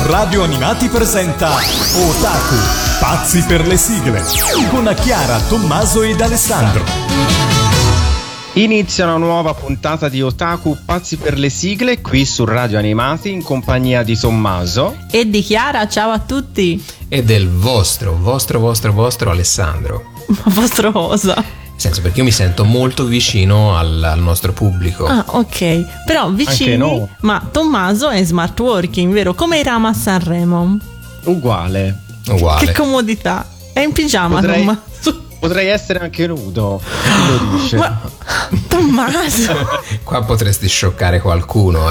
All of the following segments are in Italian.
Radio Animati presenta Otaku, pazzi per le sigle, con Chiara, Tommaso ed Alessandro. Inizia una nuova puntata di Otaku, pazzi per le sigle, qui su Radio Animati in compagnia di Tommaso e di Chiara. Ciao a tutti. E del vostro Alessandro. Ma vostro cosa? Nel senso, perché io mi sento molto vicino al nostro pubblico. Ah, ok. Però vicini, no. Ma Tommaso è smart working, vero? Come Irama a Sanremo. Uguale. Che comodità. È in pigiama, Tommaso. Potrei essere anche nudo. Chi lo dice? Ma Tommaso. Qua potresti scioccare qualcuno,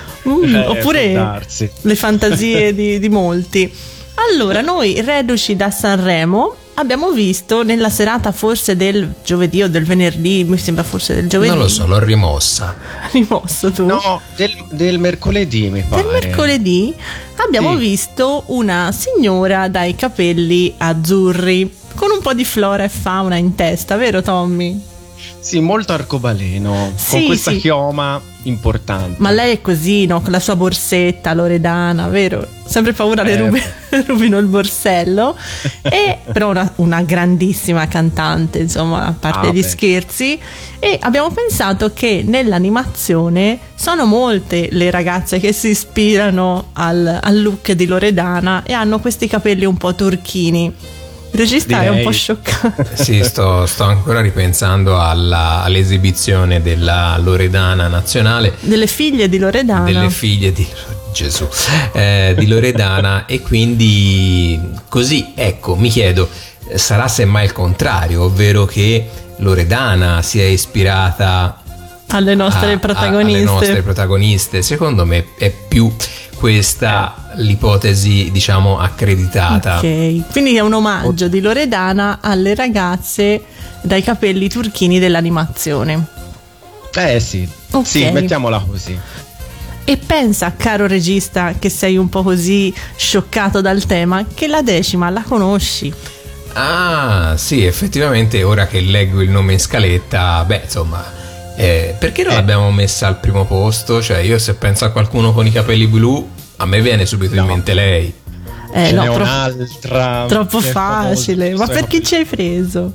oppure le fantasie di molti. Allora, noi reduci da Sanremo abbiamo visto nella serata forse del giovedì o del venerdì, mi sembra forse del giovedì. Non lo so, l'ho rimossa. Rimosso tu? No, del mercoledì mi pare. Del mercoledì abbiamo visto una signora dai capelli azzurri con un po' di flora e fauna in testa, vero Tommy? Sì, molto arcobaleno, sì, con questa sì. Chioma importante. Ma lei è così, no? Con la sua borsetta loredana, vero? Sempre paura le rubino il borsello. E però una grandissima cantante, insomma, a parte gli scherzi. E abbiamo pensato che nell'animazione sono molte le ragazze che si ispirano al look di Loredana e hanno questi capelli un po' turchini. Il regista è un po' scioccato. Sì, sto ancora ripensando all'esibizione della Loredana nazionale. Delle figlie di Loredana. Delle figlie di Gesù, di Loredana. E quindi così, ecco, mi chiedo, sarà semmai il contrario, ovvero che Loredana sia ispirata alle nostre protagoniste. Alle nostre protagoniste. Secondo me è più questa l'ipotesi, diciamo, accreditata. Ok, quindi è un omaggio di Loredana alle ragazze dai capelli turchini dell'animazione. Sì, okay. Sì, mettiamola così. E pensa, caro regista, che sei un po' così scioccato dal tema, che la 10ª la conosci. Ah, sì, effettivamente ora che leggo il nome in scaletta, beh, insomma, perché non l'abbiamo messa al primo posto? Cioè, io se penso a qualcuno con i capelli blu, a me viene subito in mente lei. Ce n'è un'altra. Troppo facile. Ma per chi ci hai preso?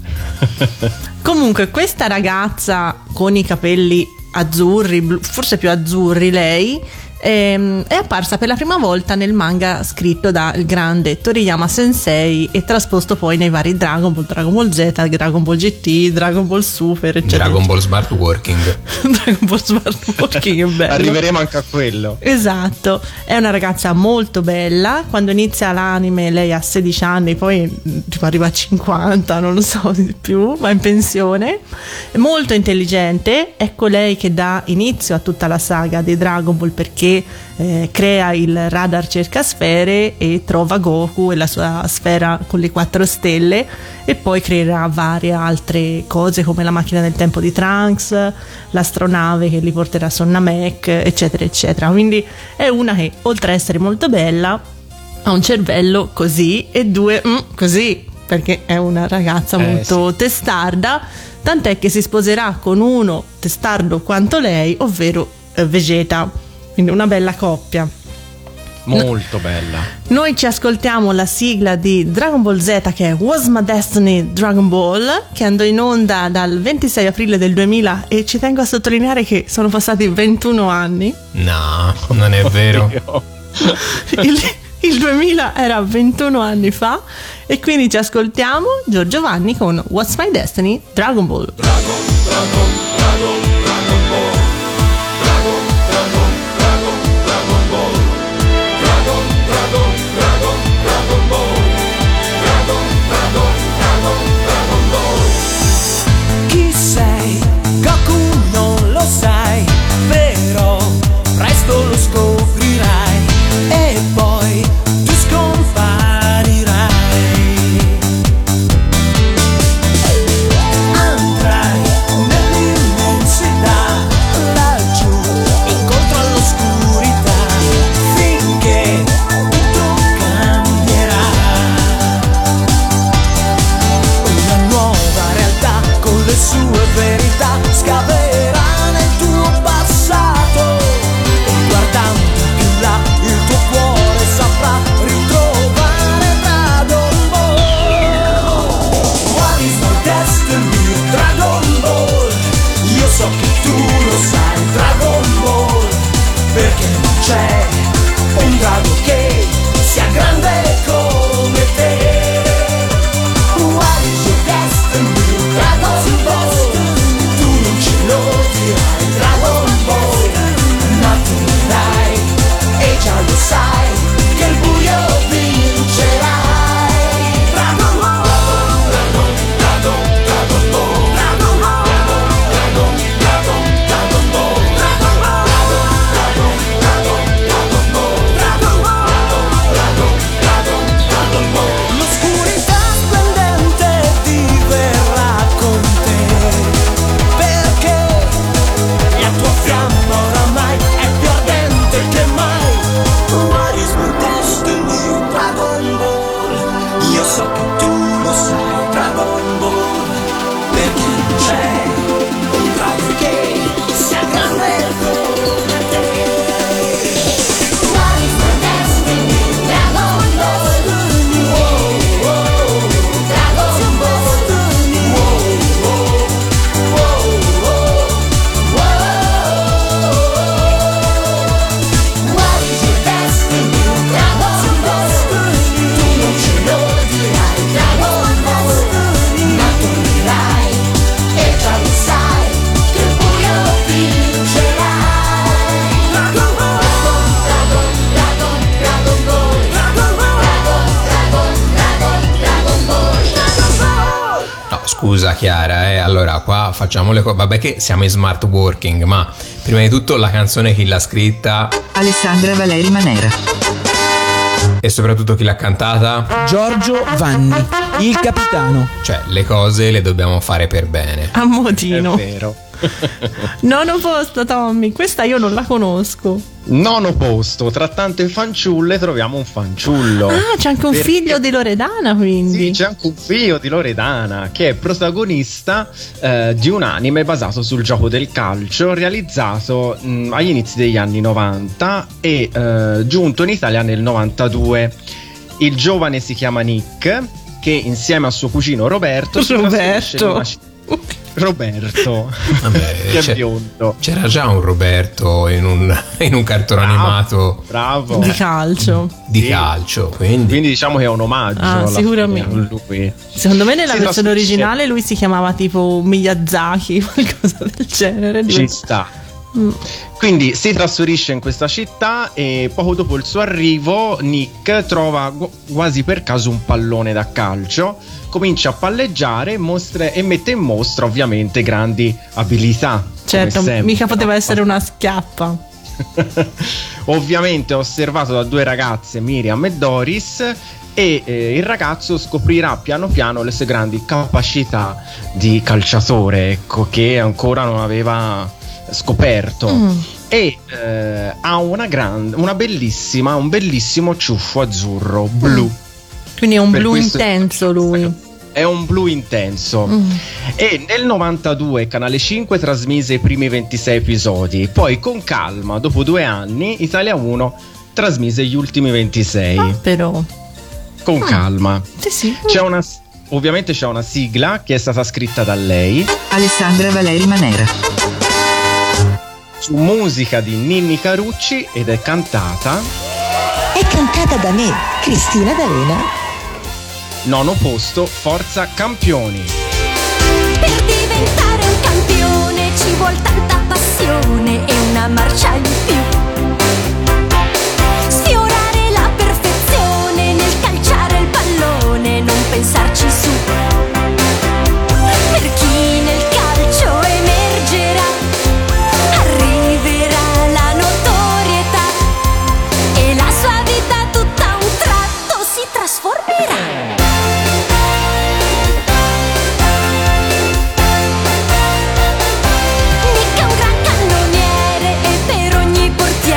Comunque, questa ragazza con i capelli azzurri, blu, forse più azzurri lei, è apparsa per la prima volta nel manga scritto dal grande Toriyama Sensei e trasposto poi nei vari Dragon Ball, Dragon Ball Z, Dragon Ball GT, Dragon Ball Super, eccetera. Dragon Ball Smart Working. Dragon Ball Smart Working è bello. Arriveremo anche a quello. Esatto, è una ragazza molto bella. Quando inizia l'anime lei ha 16 anni, poi tipo arriva a 50, non lo so di più, va in pensione. È molto intelligente, ecco lei che dà inizio a tutta la saga di Dragon Ball, perché crea il radar cercasfere e trova Goku e la sua sfera con le 4 stelle, e poi creerà varie altre cose come la macchina del tempo di Trunks, l'astronave che li porterà su Namek, eccetera eccetera. Quindi è una che, oltre a essere molto bella, ha un cervello così e due così, perché è una ragazza molto testarda, tant'è che si sposerà con uno testardo quanto lei, ovvero Vegeta. Quindi una bella coppia. Molto bella. Noi ci ascoltiamo la sigla di Dragon Ball Z, che è Was My Destiny Dragon Ball, che andò in onda dal 26 aprile del 2000, e ci tengo a sottolineare che sono passati 21 anni. No, non è vero. Il 2000 era 21 anni fa, e quindi ci ascoltiamo Giorgio Vanni con What's My Destiny Dragon Ball. Dragon Ball. Chi sei? Goku non lo sai, però presto lo scoprirai e poi tu scomparirai. Andrai nell'immensità scusa Chiara, allora qua facciamo le cose, vabbè che siamo in smart working, ma prima di tutto la canzone chi l'ha scritta? Alessandra Valeri Manera. E soprattutto chi l'ha cantata? Giorgio Vanni, il capitano. Cioè le cose le dobbiamo fare per bene. A modino. È vero. Nono posto, Tommy, questa io non la conosco. Nono posto, tra tante fanciulle troviamo un fanciullo. Ah, c'è anche un Perché- figlio di Loredana, quindi. Sì, c'è anche un figlio di Loredana che è protagonista di un anime basato sul gioco del calcio realizzato agli inizi degli anni 90 e giunto in Italia nel 92. Il giovane si chiama Nick, che insieme a suo cugino Roberto si trasferisce in una Roberto, Vabbè, che è biondo. c'era già un Roberto in un cartone animato Bravo. Di calcio. di Sì. calcio, quindi Diciamo che è un omaggio Ah, alla sicuramente. fine a lui. Secondo me nella Si versione trasferisce- originale lui si chiamava tipo Miyazaki, qualcosa del genere. Ci sta. Quindi si trasferisce in questa città e poco dopo il suo arrivo Nick trova quasi per caso un pallone da calcio, comincia a palleggiare e mette in mostra ovviamente grandi abilità. Certo, come sempre. mica poteva essere una schiappa. Ovviamente osservato da due ragazze, Miriam e Doris, e il ragazzo scoprirà piano piano le sue grandi capacità di calciatore, ecco, che ancora non aveva scoperto. E ha un bellissimo ciuffo azzurro blu. Quindi è un Per blu questo- intenso lui. È un blu intenso. E nel 92 Canale 5 trasmise i primi 26 episodi. Poi con calma, dopo 2 anni, Italia 1 trasmise gli ultimi 26. Però. Con calma. Sì, sì. Ovviamente c'è una sigla che è stata scritta da lei, Alessandra Valeri Manera. su musica di Ninni Carucci, ed è cantata. È cantata da me, Cristina D'Avena. Nono posto, Forza Campioni. Per diventare un campione ci vuol tanta passione e una marcia in più. Sfiorare la perfezione nel calciare il pallone, non pensarci su. Per chi nel calcio emergerà, arriverà la notorietà e la sua vita tutta a un tratto si trasformerà. Nick è un gran cannoniere e per ogni portiere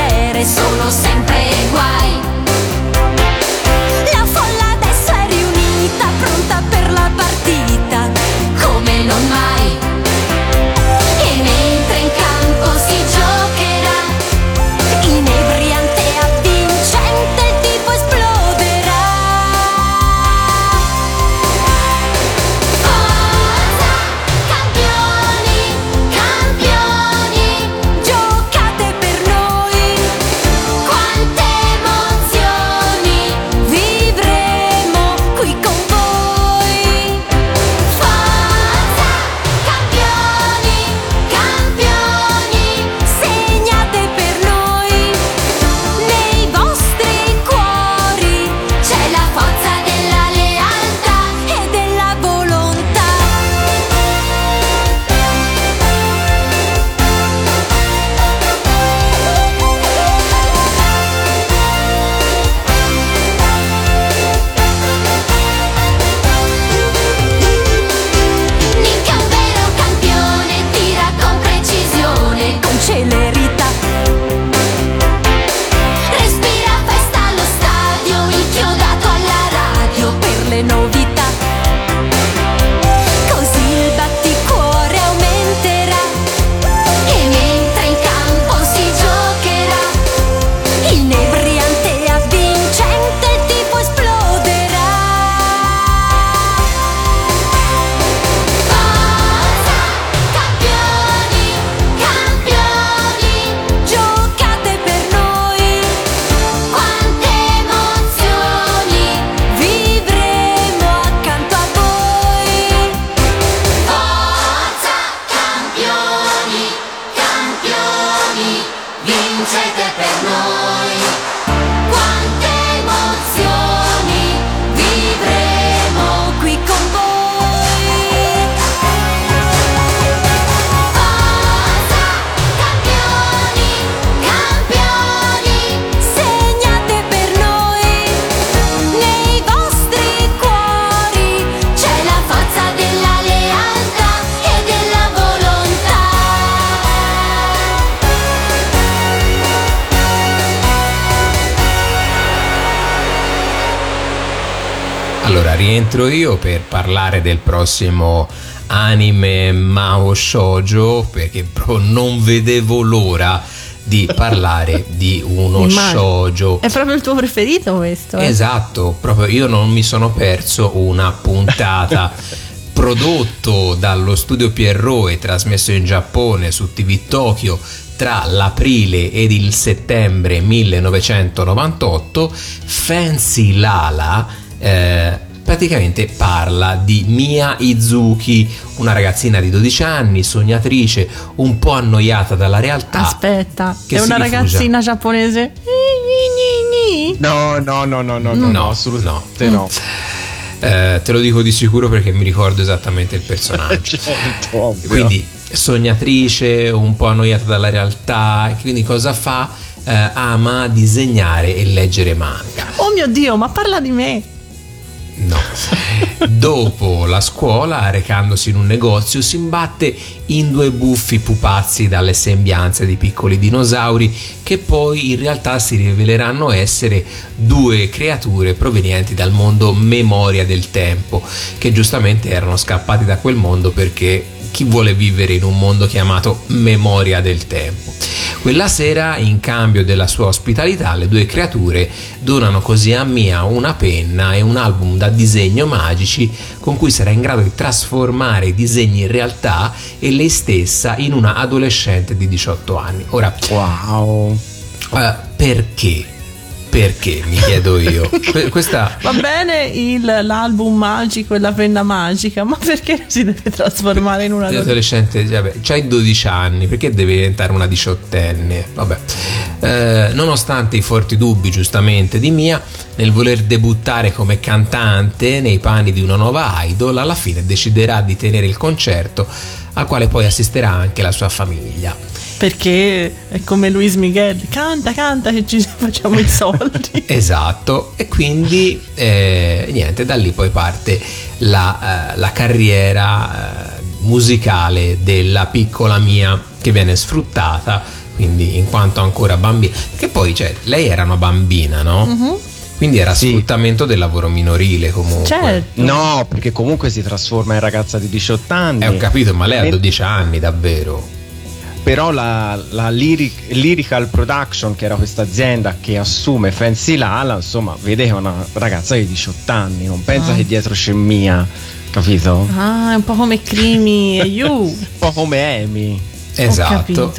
Allora rientro io per parlare del prossimo anime Mao Shoujo, perché proprio non vedevo l'ora di parlare di uno shoujo. È proprio il tuo preferito questo? Esatto, proprio io non mi sono perso una puntata. Prodotto dallo studio Pierrot e trasmesso in Giappone su TV Tokyo tra l'aprile ed il settembre 1998, Fancy Lala praticamente parla di Mia Izuki, una ragazzina di 12 anni, sognatrice, un po' annoiata dalla realtà. Aspetta, è una ragazzina giapponese? No, assolutamente no. Te lo dico di sicuro perché mi ricordo esattamente il personaggio. Certo, ovvio. Quindi sognatrice, un po' annoiata dalla realtà, quindi cosa fa? Ama disegnare e leggere manga. Oh mio Dio, ma parla di me! No. Dopo la scuola, recandosi in un negozio, si imbatte in due buffi pupazzi dalle sembianze di piccoli dinosauri che poi in realtà si riveleranno essere due creature provenienti dal mondo Memoria del Tempo, che giustamente erano scappati da quel mondo perché chi vuole vivere in un mondo chiamato Memoria del Tempo. Quella sera, in cambio della sua ospitalità, le due creature donano così a Mia una penna e un album da disegno magici con cui sarà in grado di trasformare i disegni in realtà e lei stessa in una adolescente di 18 anni. Ora, wow, perché? Perché, mi chiedo io. Questa... Va bene l'album magico e la penna magica, ma perché si deve trasformare in una adolescente? Vabbè, c'hai 12 anni, perché deve diventare una 18enne? Vabbè. Nonostante i forti dubbi, giustamente, di Mia nel voler debuttare come cantante nei panni di una nuova idol, alla fine deciderà di tenere il concerto al quale poi assisterà anche la sua famiglia. Perché è come Luis Miguel, canta che ci facciamo i soldi. Esatto, e quindi niente, da lì poi parte la carriera musicale della piccola Mia, che viene sfruttata quindi in quanto ancora bambina, che poi lei era una bambina, no? Uh-huh. Quindi era sfruttamento del lavoro minorile comunque. Certo. No, perché comunque si trasforma in ragazza di 18 anni. Ho capito, ma lei ha 12 anni davvero. Però la Lyrical Production, che era questa azienda che assume Fancy Lala, insomma, vede che è una ragazza di 18 anni, non pensa che dietro c'è Mia, capito? Ah, è un po' come Crimi e You. Un po' come Amy. Esatto.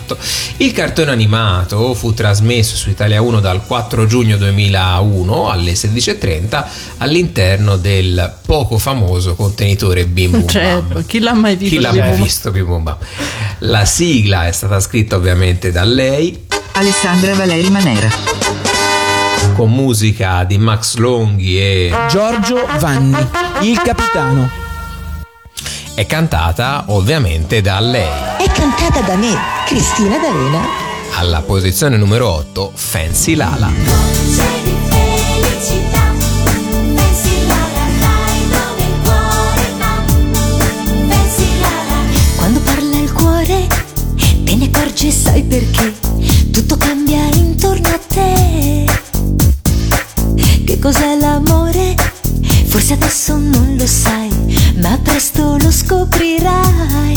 Il cartone animato fu trasmesso su Italia 1 dal 4 giugno 2001 alle 16:30 all'interno del poco famoso contenitore Bim Bum Bam. Chi l'ha mai visto? Chi l'ha mai visto Bim Bum Bam? La sigla è stata scritta ovviamente da lei, Alessandra Valeri Manera, con musica di Max Longhi e Giorgio Vanni, il capitano. È cantata ovviamente da lei. È cantata da me, Cristina D'Avena. Alla posizione numero 8, Fancy Lala. Quando parla il cuore, te ne accorgi, sai perché? Tutto cambia intorno a te. Che cos'è l'amore? Forse adesso non lo sai, ma presto lo scoprirai.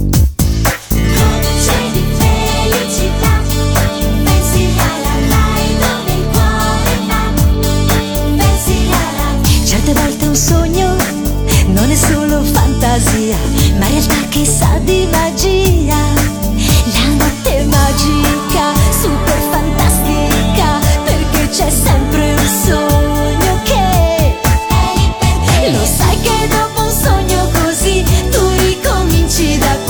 Noce di felicità, pensi dove il cuore va, pensi certe volte un sogno non è solo fantasia, ma realtà che sa di magia. La notte è magica, super fantastica, perché c'è sempre un sogno che lo sai che dopo un sogno così tu ricominci da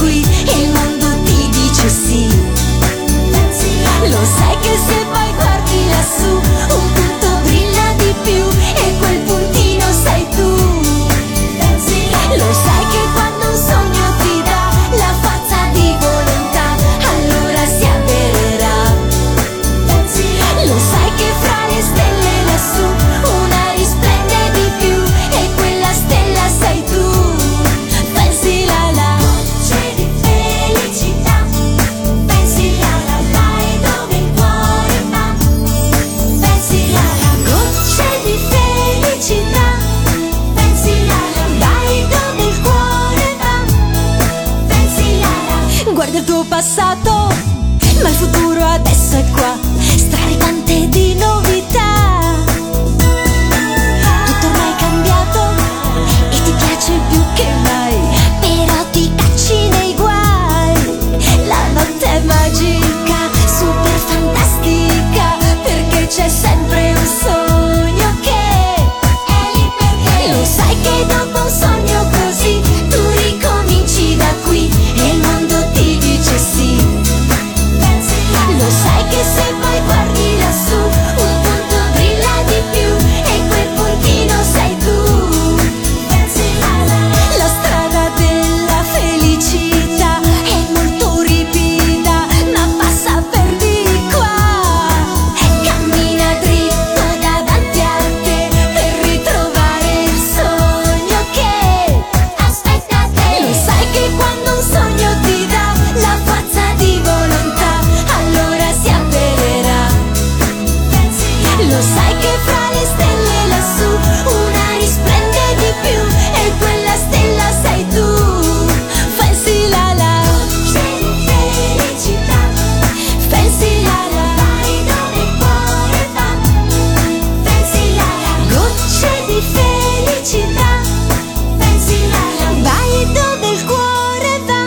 Lo sai che fra le stelle lassù una risplende di più e quella stella sei tu. Fancy la la, felicità. Fancy la la, vai dove il cuore va. Fancy la la, gocce di felicità. Fancy la la, vai dove il cuore va.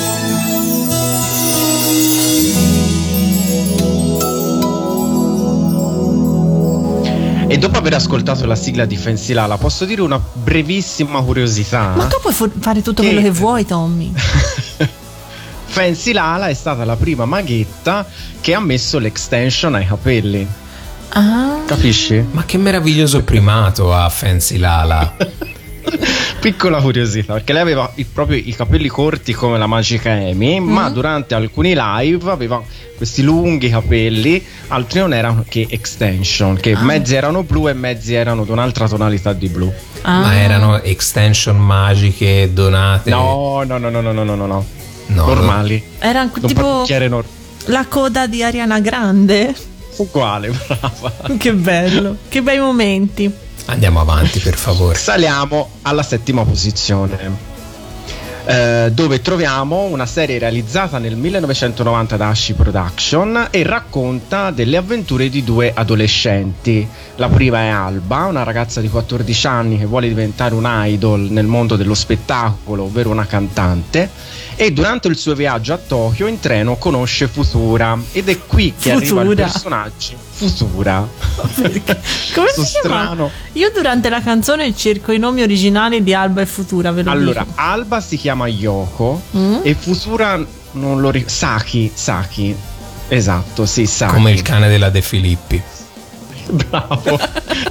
E dopo aver ascoltato la sigla di Fancy Lala, posso dire una brevissima curiosità? Ma tu puoi fare tutto quello che vuoi, Tommy. Fancy Lala è stata la prima maghetta che ha messo l'extension ai capelli. Ah. Capisci? Ma che meraviglioso primato ha Fancy Lala. Piccola curiosità, perché lei aveva proprio i capelli corti come la Magica Amy, ma durante alcuni live aveva questi lunghi capelli, altri non erano che extension, che mezzi erano blu e mezzi erano di un'altra tonalità di blu. Ma erano extension magiche donate? No. Normali. Era tipo la coda di Ariana Grande. Uguale, brava. Che bello, che bei momenti. Andiamo avanti, per favore. Saliamo alla 7ª posizione, dove troviamo una serie realizzata nel 1990 da Ashi Production e racconta delle avventure di due adolescenti. La prima è Alba, una ragazza di 14 anni che vuole diventare un idol nel mondo dello spettacolo, ovvero una cantante, e durante il suo viaggio a Tokyo in treno conosce Futura, ed è qui che arriva il personaggio Futura. Come si strano. chiama? Io durante la canzone cerco i nomi originali di Alba e Futura, ve lo allora, dico. Alba si chiama Yoko e Futura non lo ricordo. Saki. Esatto, sì, Saki. Come il cane della De Filippi. Bravo.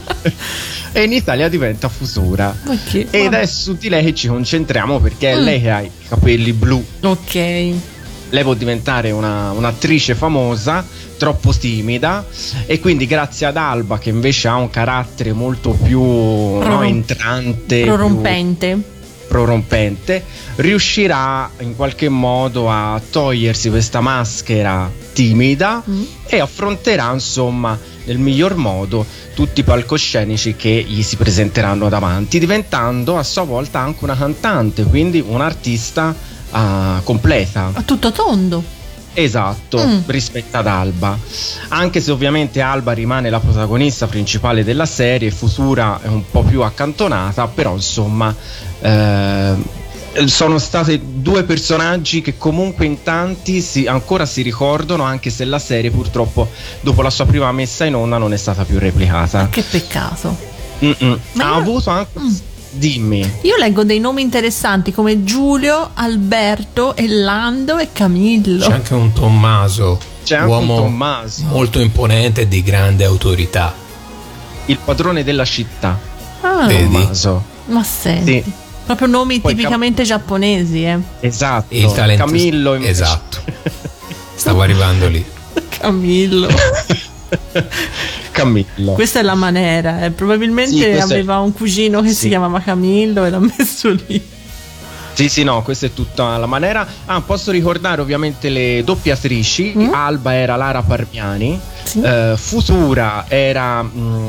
E in Italia diventa Futura. Okay, ed è su di lei che ci concentriamo, perché è lei che ha i capelli blu. Ok. Lei può diventare un'attrice famosa, troppo timida, e quindi grazie ad Alba, che invece ha un carattere molto più entrante, prorompente, riuscirà in qualche modo a togliersi questa maschera timida e affronterà, insomma, nel miglior modo tutti i palcoscenici che gli si presenteranno davanti, diventando a sua volta anche una cantante, quindi un'artista completa, a tutto tondo. Esatto, rispetto ad Alba, anche se ovviamente Alba rimane la protagonista principale della serie, Futura è un po' più accantonata, però insomma sono stati due personaggi che comunque in tanti ancora si ricordano, anche se la serie purtroppo dopo la sua prima messa in onda non è stata più replicata. Ma che peccato. Ha avuto anche Dimmi. Io leggo dei nomi interessanti come Giulio, Alberto, Lando e Camillo. C'è anche un Tommaso, uomo molto imponente e di grande autorità. Il padrone della città. Vedi? Tommaso. Ma senti, sì. Proprio nomi poi tipicamente giapponesi, Esatto. Il talento. Camillo invece. Esatto. Stavo arrivando lì. Camillo. Camillo. Questa è la maniera, probabilmente aveva un cugino che si chiamava Camillo e l'ha messo lì. Sì, no, questa è tutta la maniera. Posso ricordare ovviamente le doppiatrici. Alba era Lara Parmiani, Futura era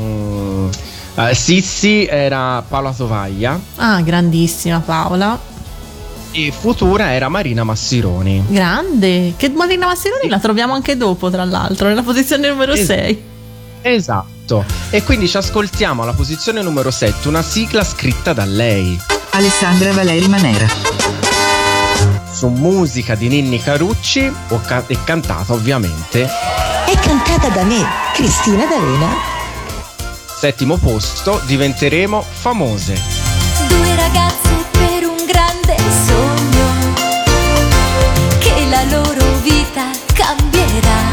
Sissi era Paola Tovaglia. Grandissima Paola. E Futura era Marina Massironi. Grande. Che Marina Massironi la troviamo anche dopo, tra l'altro, nella posizione numero 6. Esatto. E quindi ci ascoltiamo alla posizione numero 7 una sigla scritta da lei, Alessandra Valeri Manera, su musica di Ninni Carucci e cantata ovviamente. È cantata da me, Cristina D'Avena. 7° posto, diventeremo famose. Due ragazze per un grande sogno, che la loro vita cambierà.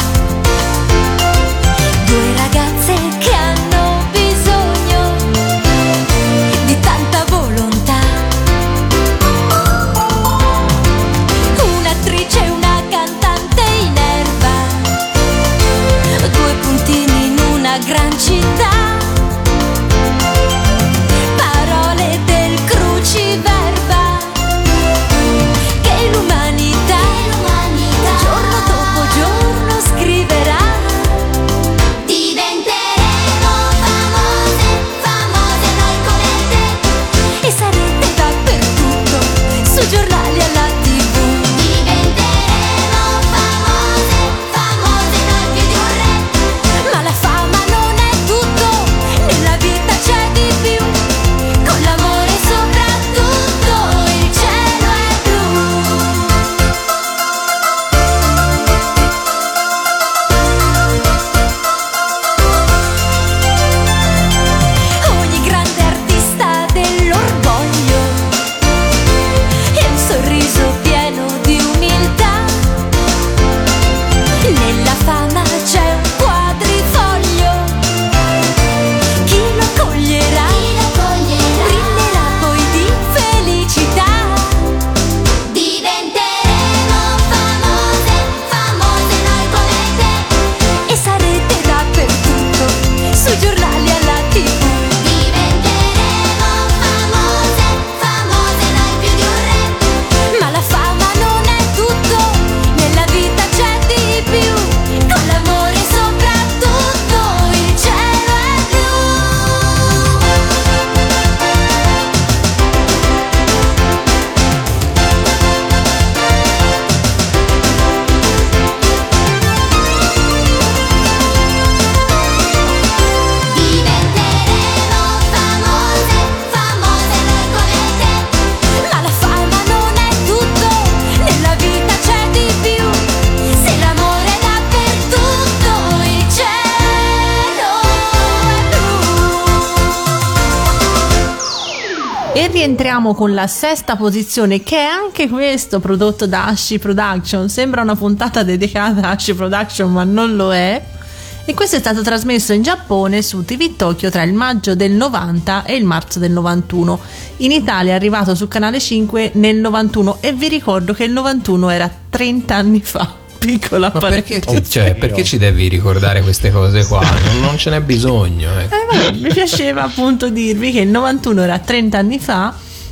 Due ragazze che hanno bisogno di tanta volontà. Un'attrice e una cantante in erba, due puntini in una gran città. Parole del cruciverba che l'umanità giorno dopo giorno E rientriamo con la sesta posizione, che è anche questo prodotto da Ashi Production. Sembra una puntata dedicata a Ashi Production, ma non lo è. E questo è stato trasmesso in Giappone su TV Tokyo tra il maggio del 90 e il marzo del 91. In Italia è arrivato su Canale 5 nel 91, e vi ricordo che il 91 era 30 anni fa. Piccola perché ci devi ricordare queste cose qua? Non ce n'è bisogno. Mi piaceva appunto dirvi che il 91 era 30 anni fa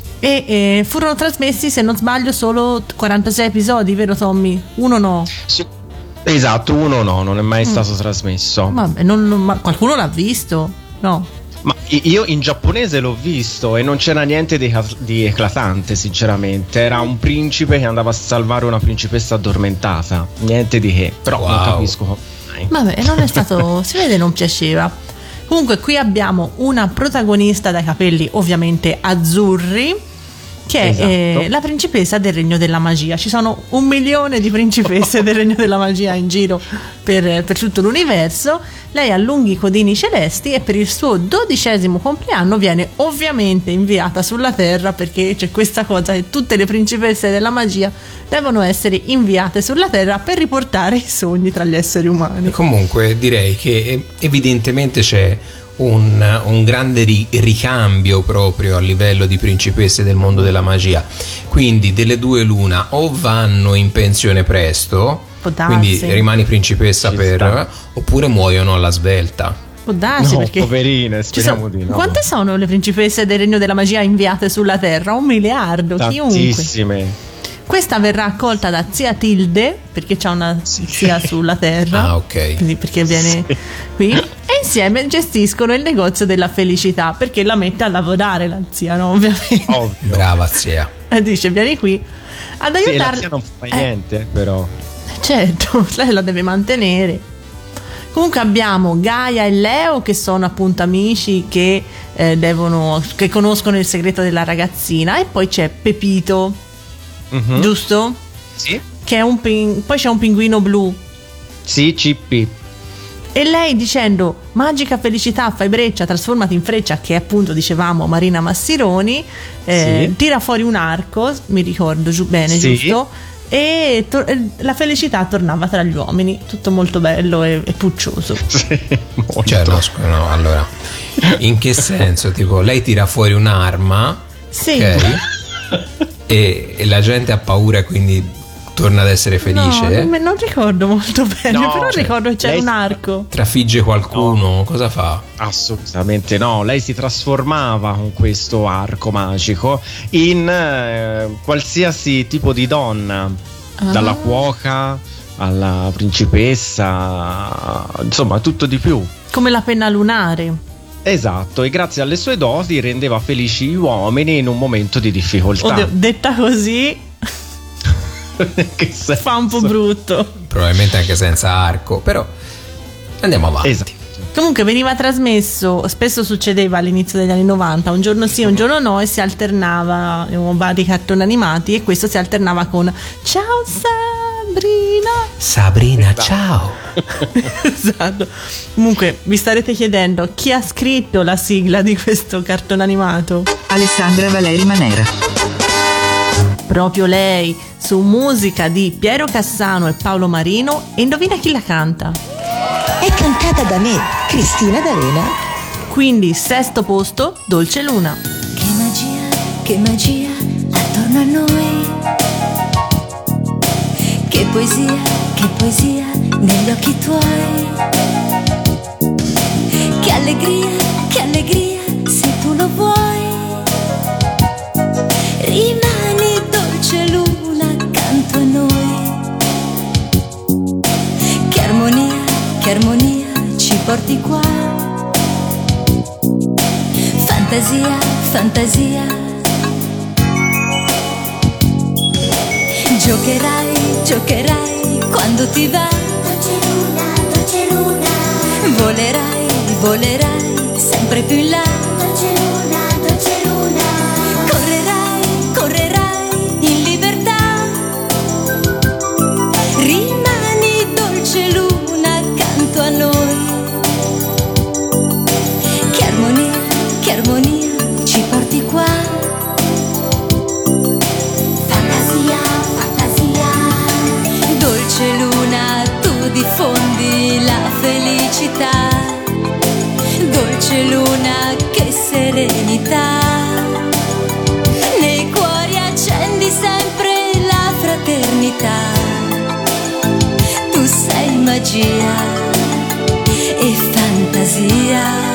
e furono trasmessi, se non sbaglio, solo 46 episodi, vero Tommy? Uno no. Sì, esatto, uno no, non è mai stato trasmesso. Vabbè, ma qualcuno l'ha visto? No. Ma io in giapponese l'ho visto e non c'era niente di eclatante, sinceramente. Era un principe che andava a salvare una principessa addormentata. Niente di che, però non capisco. Vabbè, non è stato, si vede, non piaceva. Comunque qui abbiamo una protagonista dai capelli ovviamente azzurri, che è la principessa del Regno della Magia. Ci sono 1 milione di principesse del Regno della Magia in giro per tutto l'universo. Lei ha lunghi codini celesti e per il suo 12° compleanno viene ovviamente inviata sulla Terra, perché c'è questa cosa che tutte le principesse della magia devono essere inviate sulla Terra per riportare i sogni tra gli esseri umani. Comunque direi che evidentemente c'è un grande ricambio proprio a livello di principesse del mondo della magia, quindi delle due l'una: o vanno in pensione presto, quindi rimani principessa oppure muoiono alla svelta. Può darsi, perché poverine, speriamo di no. Quante sono le principesse del Regno della Magia inviate sulla Terra? 1 miliardo, tantissime. Chiunque. Questa verrà accolta da zia Tilde, perché c'ha una zia sulla Terra. Quindi perché viene qui. E insieme gestiscono il negozio della felicità, perché la mette a lavorare la zia, no? Ovviamente. Brava zia. E dice: vieni qui ad aiutarla. La zia non fa niente, però. Certo, lei la deve mantenere. Comunque abbiamo Gaia e Leo, che sono appunto amici che che conoscono il segreto della ragazzina, e poi c'è Pepito, giusto? Sì. Che è poi c'è un pinguino blu. Sì, Cippi. E lei, dicendo magica felicità, fai breccia, trasformati in freccia, che appunto dicevamo Marina Massironi, tira fuori un arco, mi ricordo bene, giusto? E la felicità tornava tra gli uomini, tutto molto bello e puccioso. Cioè, no, allora, in che senso? Tipo, lei tira fuori un'arma, ok? E la gente ha paura e quindi torna ad essere felice. No, non ricordo molto bene, però ricordo che c'era un arco. Trafigge qualcuno, cosa fa? Assolutamente no, lei si trasformava con questo arco magico in qualsiasi tipo di donna, dalla cuoca alla principessa, insomma tutto di più. Come la penna lunare. Esatto, e grazie alle sue doti rendeva felici gli uomini in un momento di difficoltà. Oddio, detta così che fa un po' brutto. Probabilmente anche senza arco, però andiamo avanti. Esatto. Comunque veniva trasmesso, spesso succedeva all'inizio degli anni 90, un giorno sì, un giorno no, e si alternava vari cartoni animati, e questo si alternava con Ciao Sabrina, ciao. Esatto. Comunque vi starete chiedendo chi ha scritto la sigla di questo cartone animato? Alessandra Valeri Manera. Proprio lei, su musica di Piero Cassano e Paolo Marino, e indovina chi la canta? È cantata da me, Cristina D'Avena. Quindi 6° posto, Dolce Luna. Che magia attorno a noi. Che poesia negli occhi tuoi. Che allegria se tu lo vuoi. Rimani dolce luna accanto a noi. Che armonia ci porti qua. Fantasia. Giocherai quando ti va. Dolce luna. Volerai sempre più in là. Dolce luna. Correrai in libertà. Rimani dolce luna accanto a noi. Che armonia ci porti qua. serenità. Nei cuori accendi sempre la fraternità. Tu sei magia e fantasia.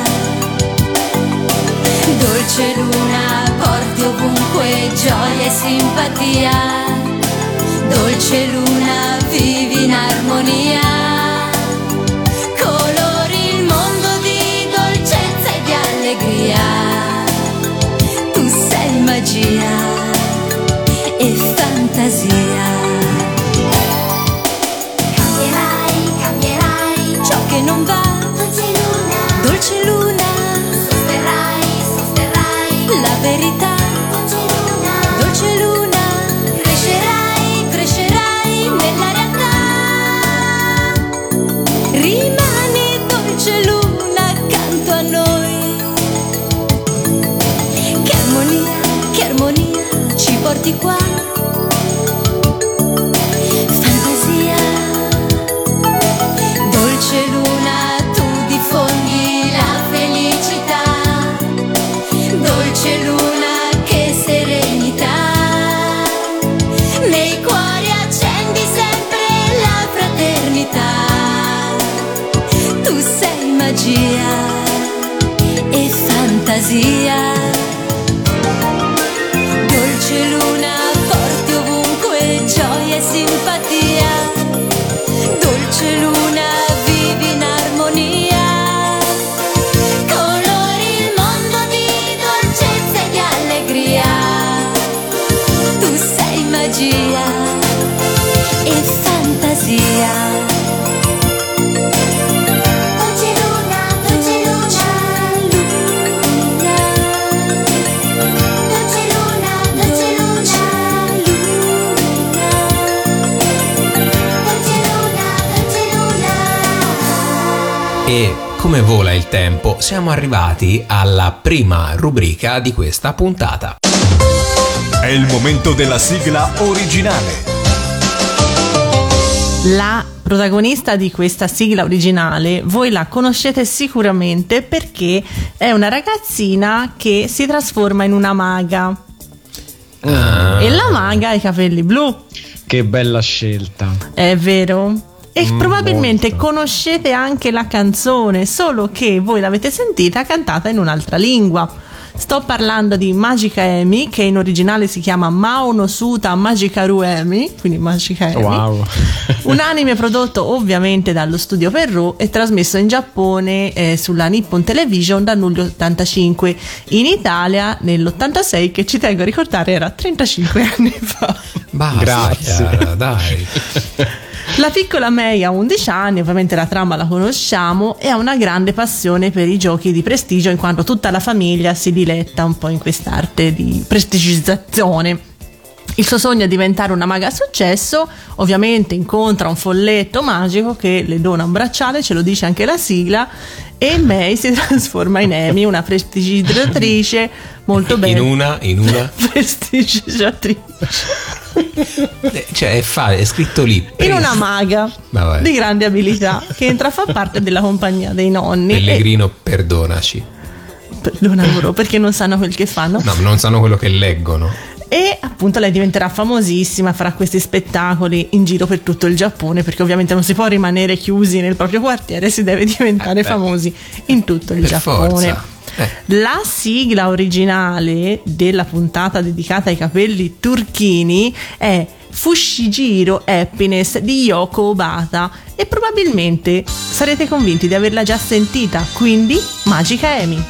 Dolce luna, porti ovunque gioia e simpatia. Dolce luna, vivi in armonia. Colori il mondo di dolcezza e di allegria. Tu sei magia e fantasia. Cambierai, cambierai ciò che non va. Dolce luna, sosterrai la verità. Dolce luna, crescerai nella realtà. Rimani dolce luna accanto a noi. Che armonia ci porti qua. Fantasia. Dolce luna, tu diffondi la felicità. Dolce luna, che serenità. Nei cuori accendi sempre la fraternità. Tu sei magia e fantasia. Dolce luna, porti ovunque gioia e simpatia. Dolce luna, vivi in armonia. Colori il mondo di dolcezza e di allegria. Tu sei magia e fantasia. Dolce luna, dolce luna, luna. Dolce luna, dolce luna, luna. Dolce luna, dolce luna. E come vola il tempo, siamo arrivati alla prima rubrica di questa puntata. È il momento della sigla originale. La protagonista di questa sigla originale voi la conoscete sicuramente perché è una ragazzina che si trasforma in una maga. E la maga ha i capelli blu. Che bella scelta. È vero? E probabilmente molto. conoscete anche la canzone, solo che voi l'avete sentita cantata in un'altra lingua. Sto parlando di Magica Emi, che in originale si chiama Mao no Suta Magicaru Emi, quindi Magica Emi. Wow. Un anime prodotto ovviamente dallo studio Perrault e trasmesso in Giappone sulla Nippon Television dal luglio 85. In Italia nell'86, che ci tengo a ricordare era 35 anni fa. Basta, Grazie. Chiara, dai. La piccola Mei ha 11 anni, ovviamente la trama la conosciamo, e ha una grande passione per i giochi di prestigio, in quanto tutta la famiglia si diletta un po' in quest'arte di prestigizzazione. Il suo sogno è diventare una maga a successo, ovviamente incontra un folletto magico che le dona un bracciale, ce lo dice anche la sigla, e Mei si trasforma in Emi, una prestigizzatrice molto bella. In una prestigizzatrice. Cioè è scritto lì. In una maga Vabbè. di grande abilità che entra a far parte della compagnia dei nonni. Pellegrino, perdonaci. Perdona loro perché non sanno quel che fanno. No, non sanno quello che leggono. E appunto lei diventerà famosissima, farà questi spettacoli in giro per tutto il Giappone, perché ovviamente non si può rimanere chiusi nel proprio quartiere, si deve diventare famosi in tutto il Per Giappone. forza. La sigla originale della puntata dedicata ai capelli turchini è Fushigiro Happiness di Yoko Obata e probabilmente sarete convinti di averla già sentita, quindi Magica Emi.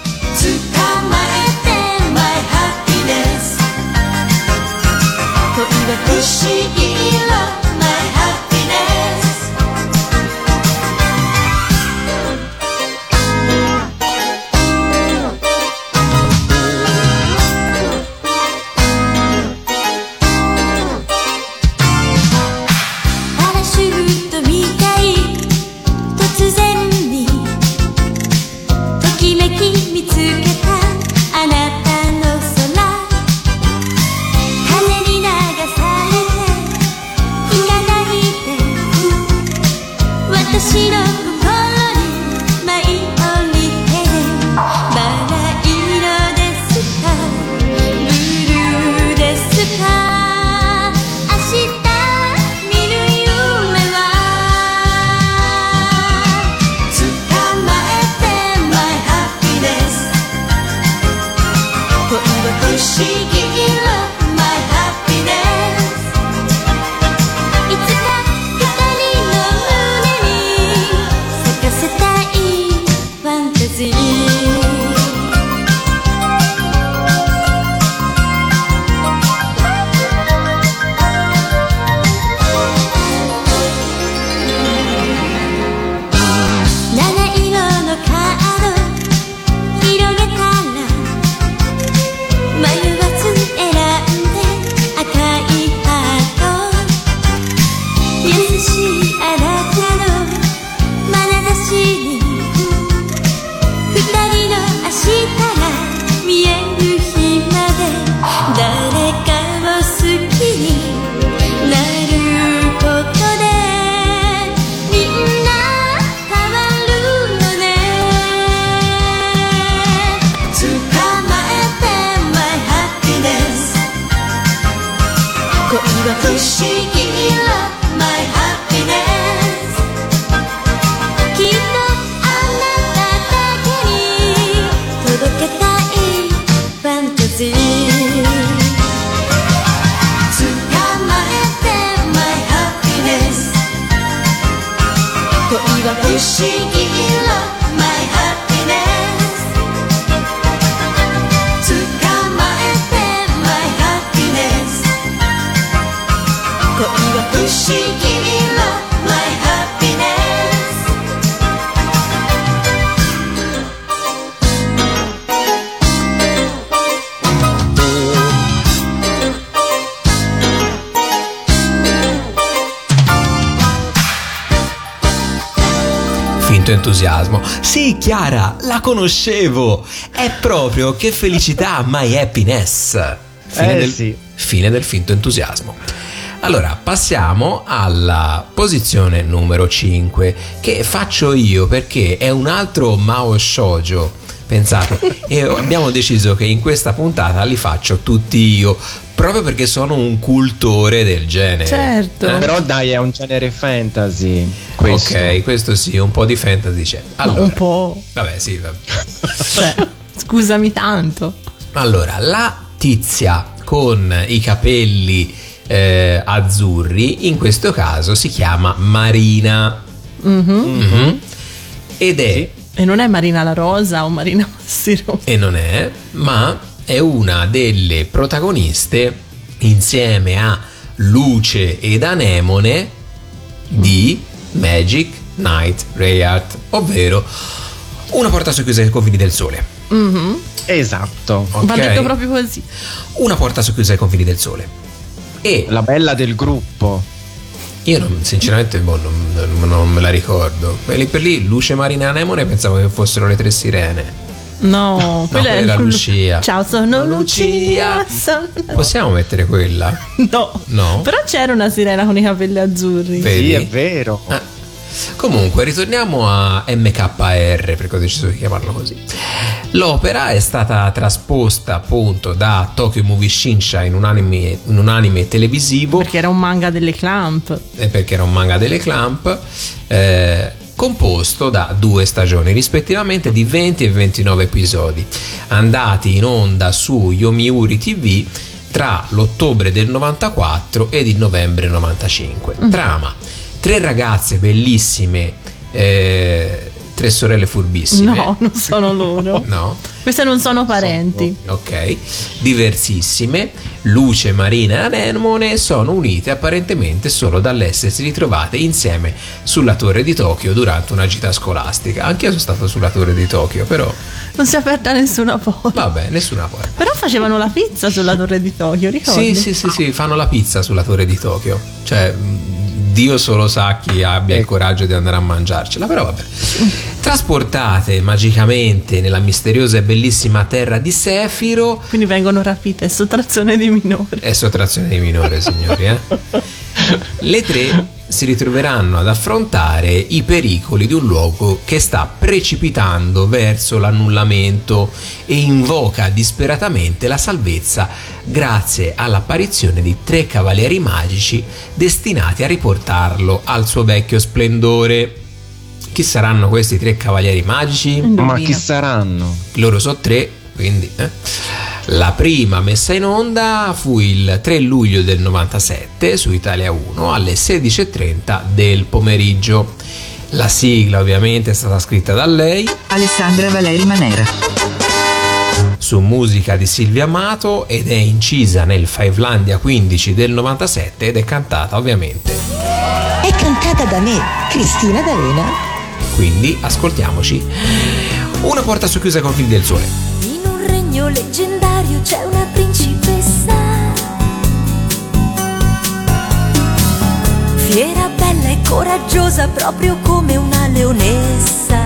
Fushigila, my happiness. Tsukamaete, my happiness. Koiga fushigila, my happiness. Finto entusiasmo. Sì, Chiara, la conoscevo. È proprio Che felicità, my happiness. Sì. Fine del finto entusiasmo. Allora, passiamo alla posizione numero 5, che faccio io perché è un altro Mao Shoujo. Pensate, e abbiamo deciso che in questa puntata li faccio tutti io, proprio perché sono un cultore del genere. Certo. Però dai, è un genere fantasy. Questo. Ok, questo sì, un po' di fantasy c'è. Allora, Un po'. Vabbè, sì. Vabbè. Cioè, scusami tanto. Allora, la tizia con i capelli azzurri, in questo caso si chiama Marina. Mhm. Ed è... E non è Marina la Rosa o Marina Massiro. E non è, ma è una delle protagoniste insieme a Luce ed Anemone di Magic Knight Rayart, ovvero Una porta socchiusa ai confini del sole. Esatto. Ok? Va detto proprio così. Una porta socchiusa ai confini del sole. E La bella del gruppo. io sinceramente non me la ricordo. Lì per lì Luce, Marina e Anemone pensavo che fossero le tre sirene. No, quella quella è Lucia. Ciao, sono Lucia. Possiamo mettere quella? No. Però c'era una sirena con i capelli azzurri. Vedi? Sì, è vero. Comunque, ritorniamo a MKR, perché ho deciso di chiamarlo così. L'opera è stata trasposta appunto da Tokyo Movie Shinsha in un anime televisivo. Perché era un manga delle Clamp. Perché era un manga delle Clamp. Composto da 2 stagioni rispettivamente di 20 e 29 episodi, andati in onda su Yomiuri TV tra l'ottobre del 94 ed il novembre 95. Trama: 3 ragazze bellissime, 3 sorelle furbissime. No, non sono loro. No. Queste non sono parenti. Ok, diversissime. Luce, Marina e Anemone sono unite apparentemente solo dall'essersi ritrovate insieme sulla torre di Tokyo durante una gita scolastica. Anche io sono stato sulla torre di Tokyo, però Non si è aperta nessuna porta. vabbè, nessuna porta. Però facevano la pizza sulla torre di Tokyo, ricordi? Sì, fanno la pizza sulla torre di Tokyo. Cioè, Dio solo sa chi abbia il coraggio di andare a mangiarcela, però vabbè. Trasportate magicamente nella misteriosa e bellissima terra di Sefiro. Quindi vengono rapite, è sottrazione di minore. È sottrazione di minore, signori. Le 3 si ritroveranno ad affrontare i pericoli di un luogo che sta precipitando verso l'annullamento e invoca disperatamente la salvezza grazie all'apparizione di 3 cavalieri magici destinati a riportarlo al suo vecchio splendore. Chi saranno questi 3 cavalieri magici? Ma chi saranno? Loro sono 3, quindi La prima messa in onda fu il 3 luglio del 97 su Italia 1 alle 16:30 del pomeriggio. La sigla ovviamente è stata scritta da lei, Alessandra Valeri Manera, su musica di Silvia Amato, ed è incisa nel Fivelandia 15 del 97 ed è cantata ovviamente. È cantata da me, Cristina D'Avena. Quindi ascoltiamoci Una porta socchiusa ai confini del sole. In un regno leggendario c'è una principessa, fiera, bella e coraggiosa, proprio come una leonessa.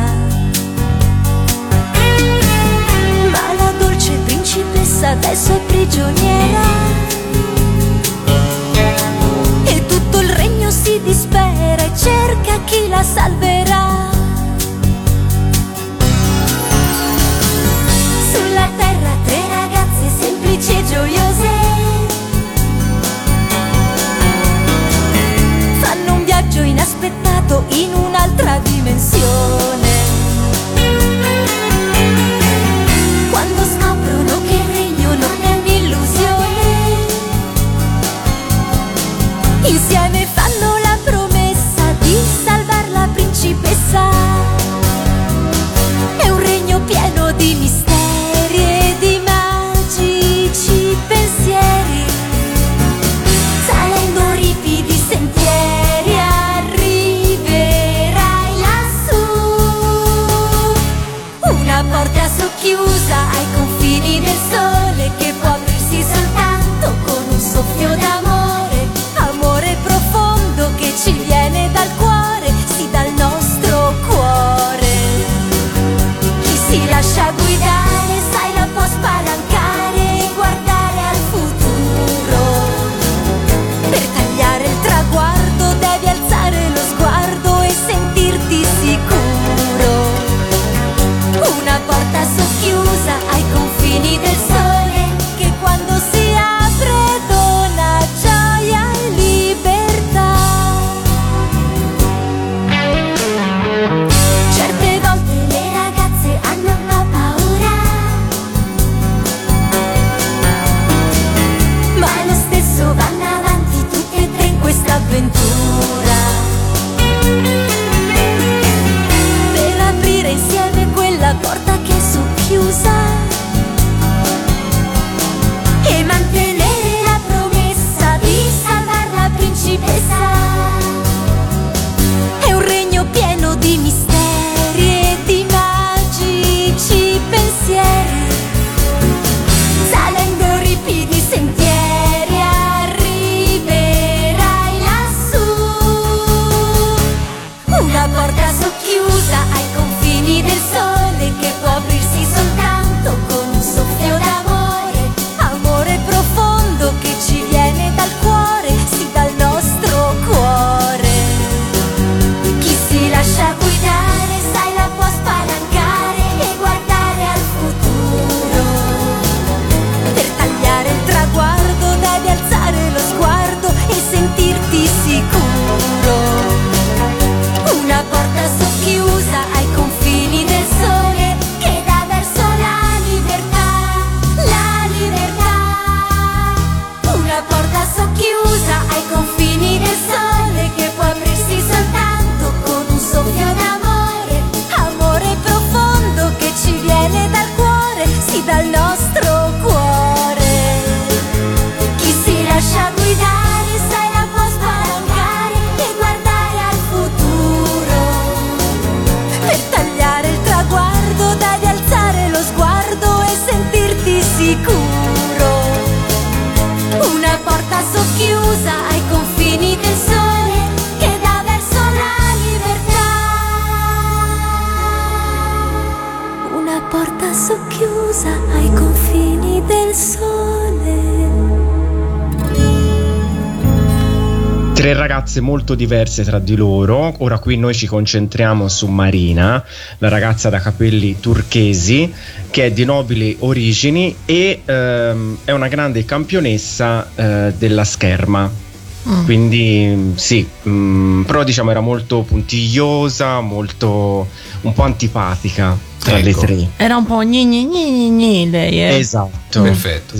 Ma la dolce principessa adesso è prigioniera e tutto il regno si dispera e cerca chi la salverà. Sulla terra 3 ragazze semplici e gioiose fanno un viaggio inaspettato in un'altra dimensione. Quando scoprono che il regno non è un'illusione, insieme fanno la promessa di salvar la principessa. Una porta socchiusa ai confini del sole che può aprirsi soltanto con un soffio d'amore, amore profondo che ci viene dal cuore, sì dal nostro cuore. Chi si lascia guidare, sai, la può spalancare e guardare al futuro. Per tagliare il traguardo devi alzare lo sguardo e sentirti sicuro. Una porta socchiusa ai confini del sole che quando si apre dona gioia e libertà. Certe volte le ragazze hanno un po' paura, ma lo stesso vanno avanti tutte e tre in questa avventura, per aprire insieme quella porta che è socchiusa e mantenere la promessa di salvare la principessa. È un regno pieno di misteri e di magici pensieri, salendo ripidi sentieri arriverai lassù. Una porta socchiusa ai confini del sole che può aprirsi soltanto con un soffio d'amore, amore profondo che ci viene dal cuore, sì dal nostro cuore. Chi si lascia guidare, sai, la può spalancare e guardare al futuro. Per tagliare il traguardo devi alzare lo sguardo e sentirti sicuro. Una porta socchiusa ai confini del sole che dà verso la libertà, la libertà. Una porta socchiusa ai confini del sole che può aprirsi soltanto con un soffio d'amore, amore profondo che ci viene dal cuore, sì dal nostro cuore. Chi si lascia guidare, sai, la può spalancare e guardare al futuro. Per tagliare il traguardo devi alzare lo sguardo e sentirti sicuro. Una porta socchiusa ai confini del sole che dà verso la libertà. Una porta socchiusa ai confini del sole. Tre ragazze molto diverse tra di loro. Ora qui noi ci concentriamo su Marina, la ragazza da capelli turchesi, che è di nobili origini e è una grande campionessa della scherma. Quindi sì, però diciamo era molto puntigliosa, molto un po' antipatica tra le tre. Era un po' gni lei, Esatto. Perfetto.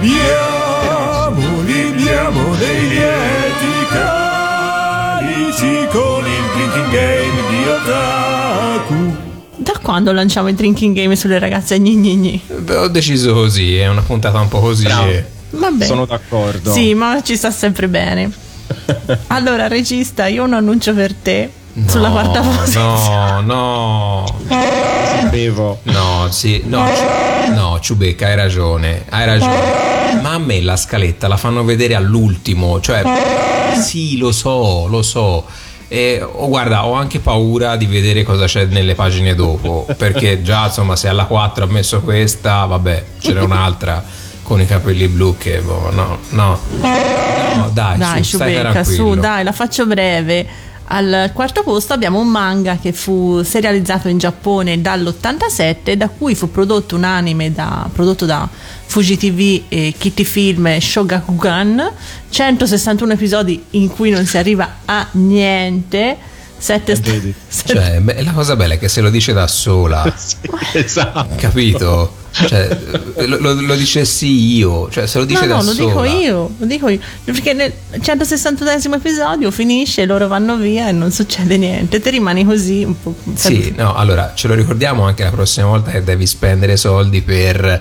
Libiamo dei lieti carici con il drinking game di Otaku. Da quando lanciamo i drinking game sulle ragazze gni? Beh, ho deciso così, è una puntata un po' così. Vabbè. Sono d'accordo. Sì, ma ci sta sempre bene. Allora, regista, io ho un annuncio per te. Sulla quarta posizione. No. Sapevo. No, Ciubecca, hai ragione. Ma a me la scaletta la fanno vedere all'ultimo, cioè sì, lo so. Guarda, ho anche paura di vedere cosa c'è nelle pagine dopo, perché già insomma se alla 4 ha messo questa, vabbè, ce n'è un'altra con i capelli blu che no, dai, stai tranquillo. Su, dai, la faccio breve. Al quarto posto abbiamo un manga che fu serializzato in Giappone dall'87, da cui fu prodotto un anime prodotto da Fuji TV e Kitty Film e Shogakukan, 161 episodi in cui non si arriva a niente. Cioè, la cosa bella è che se lo dice da sola. Sì, esatto. Capito? Cioè, lo dicessi io, cioè se lo dice da sola. Lo dico io, perché nel 161esimo episodio finisce, loro vanno via e non succede niente, te rimani così un po'. Sì, no, allora ce lo ricordiamo anche la prossima volta che devi spendere soldi per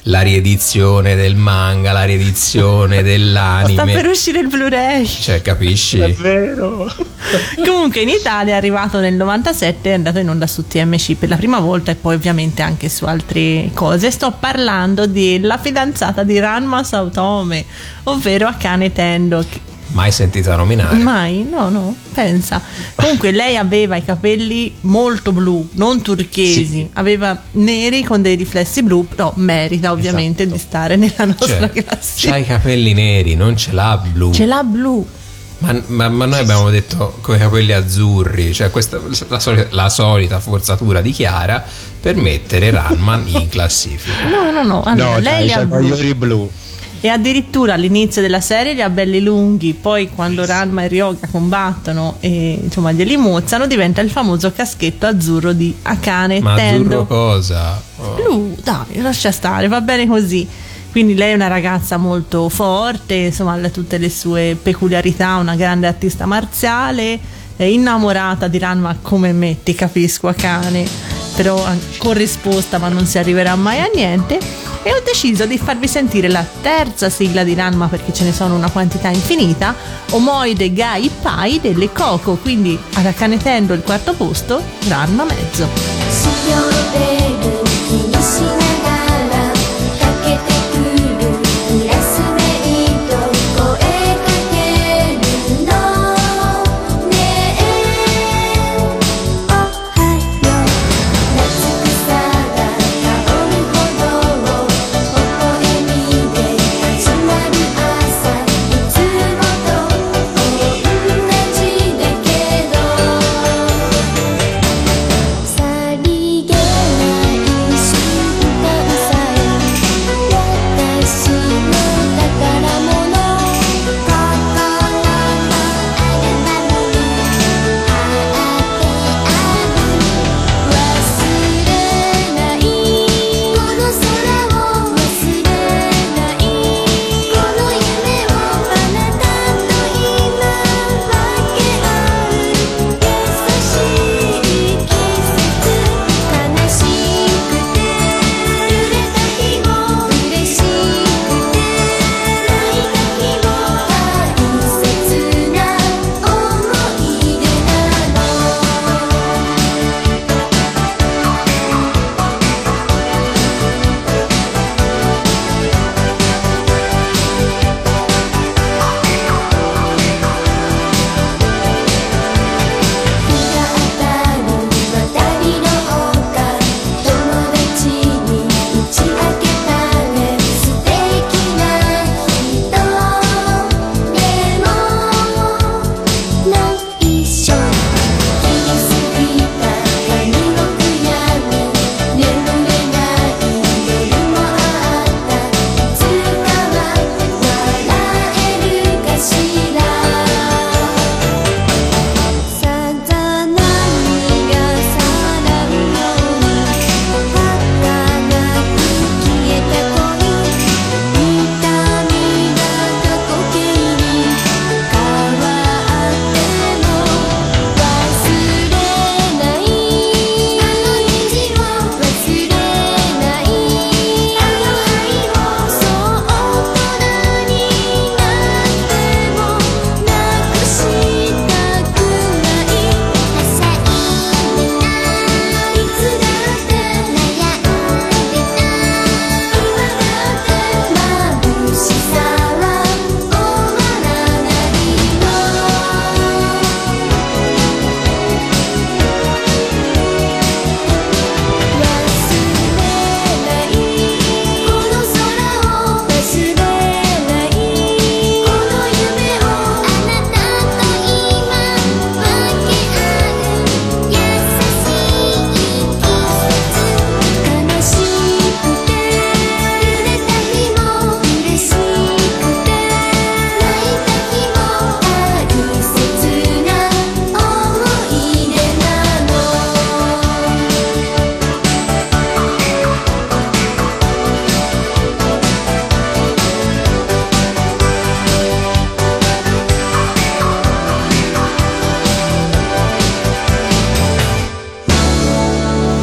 la riedizione del manga, la riedizione dell'anime. Sta per uscire il Blu-ray. Cioè, capisci? È vero. Comunque in Italia è arrivato nel 97, è andato in onda su TMC per la prima volta e poi ovviamente anche su altre cose. Sto parlando della fidanzata di Ranma Saotome, ovvero Akane Tendo. Mai sentita nominare? Mai? No, pensa. Comunque lei aveva i capelli molto blu, non turchesi, sì. Aveva neri con dei riflessi blu, però merita ovviamente di stare nella nostra classifica. C'ha i capelli neri, non ce l'ha blu. Ce l'ha blu. Ma noi abbiamo detto con i capelli azzurri, cioè questa la solita forzatura di Chiara per mettere Ranma in classifica. No. Allora, lei ha i blu. E addirittura all'inizio della serie li ha belli lunghi, poi quando Ranma e Ryoga combattono e insomma glieli mozzano, diventa il famoso caschetto azzurro di Akane Ma Tendo. azzurro cosa? Blu, dai, lascia stare, va bene così. Quindi lei è una ragazza molto forte, insomma ha tutte le sue peculiarità, una grande artista marziale, è innamorata di Ranma come me, ti capisco Akane, però corrisposta ma non si arriverà mai a niente. E ho deciso di farvi sentire la terza sigla di Ranma, perché ce ne sono una quantità infinita, Omoide ga Ippai delle Coco, quindi ad Akane Tendo il quarto posto, Ranma mezzo.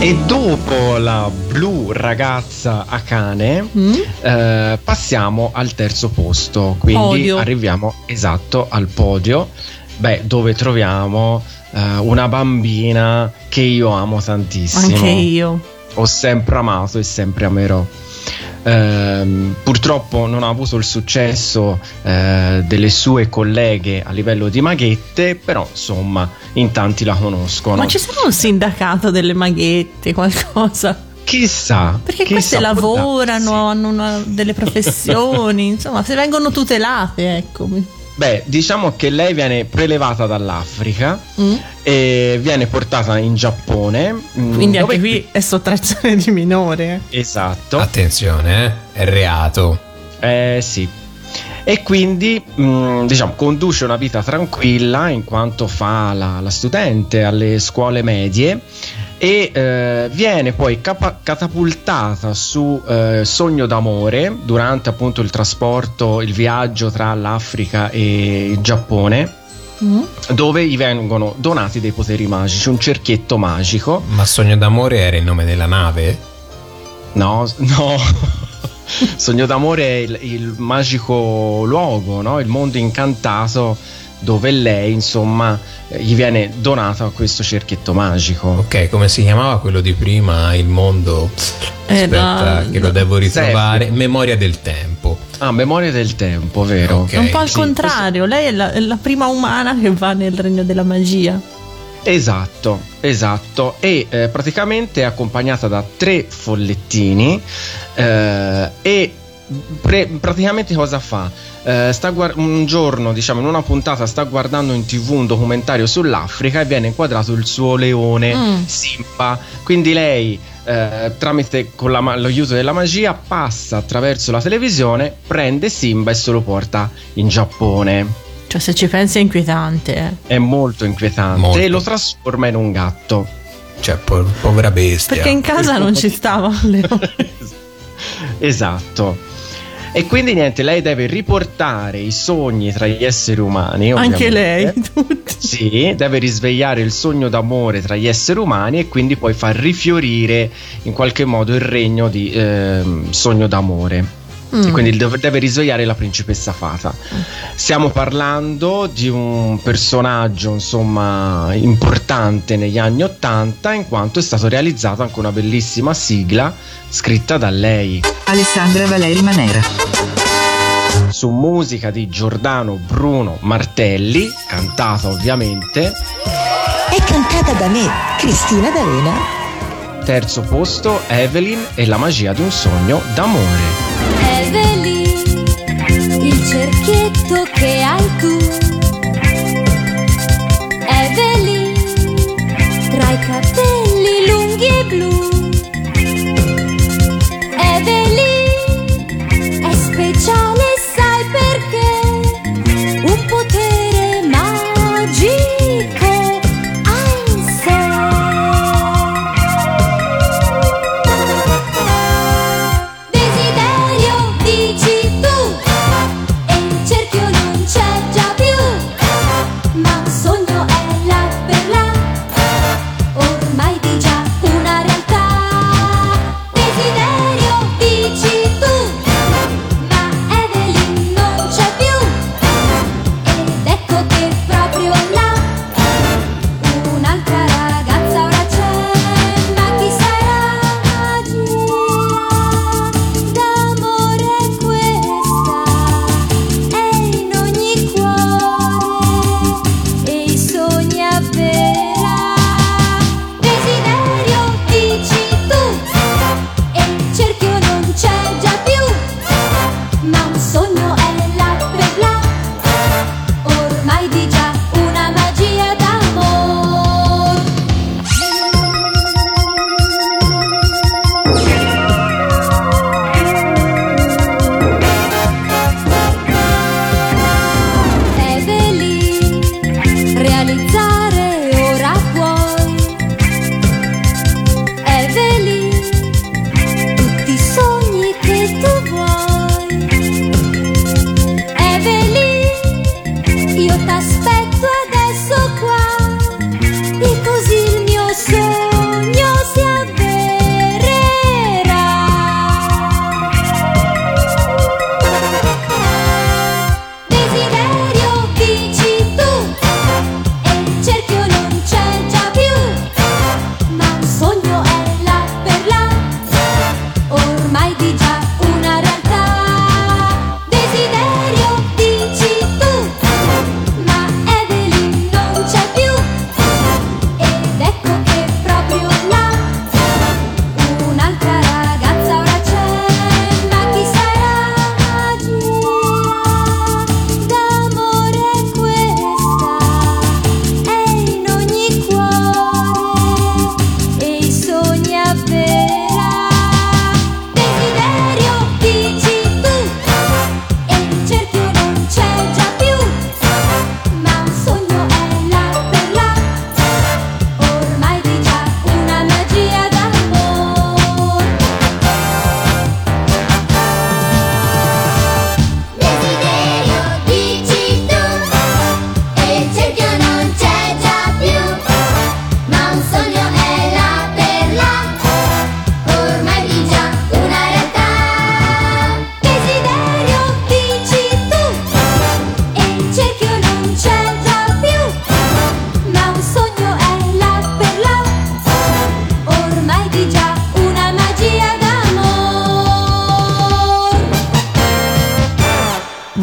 E dopo la blu ragazza a cane, passiamo al terzo posto. Quindi Podio. arriviamo esatto al podio, dove troviamo una bambina che io amo tantissimo. Anche io. Ho sempre amato e sempre amerò. Purtroppo non ha avuto il successo delle sue colleghe a livello di maghette, però insomma in tanti la conoscono. Ma ci sarà un sindacato delle maghette, qualcosa? Chissà, Perché chissà, queste può lavorano, darsi. hanno delle professioni, insomma, se vengono tutelate, ecco. Diciamo che lei viene prelevata dall'Africa e viene portata in Giappone. Quindi dove anche qui è sottrazione di minore. Esatto. Attenzione, è reato. Sì. E quindi diciamo conduce una vita tranquilla in quanto fa la studente alle scuole medie e viene poi catapultata su Sogno d'amore durante appunto il trasporto, il viaggio tra l'Africa e il Giappone, dove gli vengono donati dei poteri magici, un cerchietto magico. Ma Sogno d'amore era il nome della nave? No. Sogno d'amore è il magico luogo, no? Il mondo incantato dove lei, insomma, gli viene donato questo cerchietto magico. Ok, come si chiamava quello di prima? Il mondo. Aspetta, che lo devo ritrovare. Memoria del tempo. Ah, Memoria del tempo, vero? Ok. È un po' al Sì, contrario, lei è la prima umana che va nel regno della magia. Esatto. E praticamente è accompagnata da 3 follettini e praticamente cosa fa? Un giorno, diciamo, in una puntata sta guardando in TV un documentario sull'Africa e viene inquadrato il suo leone Simba. Quindi lei tramite con l'aiuto della magia passa attraverso la televisione, prende Simba e se lo porta in Giappone. Cioè, se ci pensi è inquietante. È molto inquietante. Molto. E lo trasforma in un gatto. Cioè, povera bestia. Perché in casa non ci stava un leone. Esatto. E quindi niente, lei deve riportare i sogni tra gli esseri umani, ovviamente. Anche lei, tutti. Sì, deve risvegliare il sogno d'amore tra gli esseri umani e quindi poi far rifiorire in qualche modo il regno di Sogno d'amore. E quindi deve risvegliare la principessa fata. Stiamo parlando di un personaggio, insomma, importante negli anni '80, in quanto è stato realizzato anche una bellissima sigla scritta da lei. Alessandra Valeri Manera. Su musica di Giordano Bruno Martelli, cantata ovviamente. È cantata da me, Cristina D'Avena. Terzo posto, Evelyn e la magia di un sogno d'amore. Evelyn, il cerchietto che hai tu. Evelyn, tra i capelli lunghi e blu. Evelyn, è speciale, sai perché? Un potere magico ha in sé. Desiderio, dici tu, e il cerchio non c'è già più, ma sogno è là per là, ormai di già una realtà.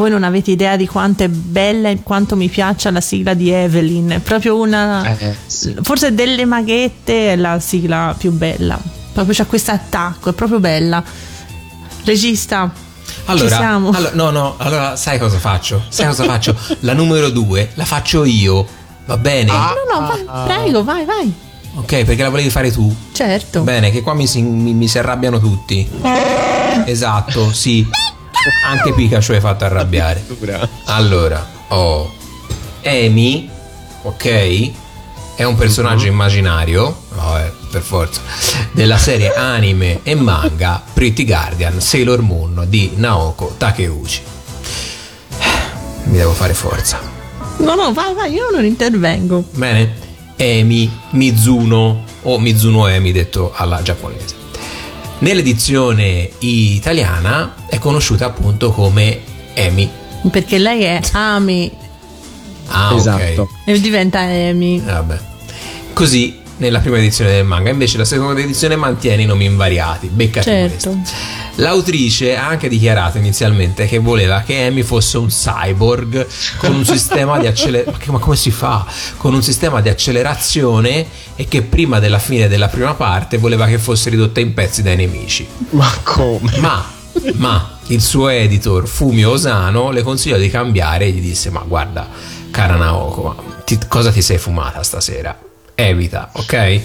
voi non avete idea di quanto è bella e quanto mi piaccia la sigla di Evelyn. È proprio una forse delle maghette è la sigla più bella. Proprio c'ha questo attacco, è proprio bella. Regista, ci siamo? Allora sai cosa faccio? La numero 2 la faccio io, va bene? Prego, vai. Ok, perché la volevi fare tu? Certo. Bene, che qua mi si arrabbiano tutti. Esatto, sì. Anche Pikachu hai fatto arrabbiare. Allora, Amy, ok? È un personaggio immaginario, per forza, della serie anime e manga Pretty Guardian Sailor Moon di Naoko Takeuchi. Mi devo fare forza. No, vai, io non intervengo. Bene, Amy Mizuno, o Mizuno Amy detto alla giapponese. Nell'edizione italiana è conosciuta appunto come Amy. Perché lei è Ami. Esatto. Ok. E diventa Amy. Vabbè. Così nella prima edizione del manga, invece la seconda edizione mantiene i nomi invariati. Beccati Certo. questo. L'autrice ha anche dichiarato inizialmente che voleva che Amy fosse un cyborg con un sistema di ma come si fa? Con un sistema di accelerazione, e che prima della fine della prima parte voleva che fosse ridotta in pezzi dai nemici. Ma come? Ma il suo editor Fumio Osano le consigliò di cambiare e gli disse: ma guarda, cara Naoko, cosa ti sei fumata stasera? Evita, ok?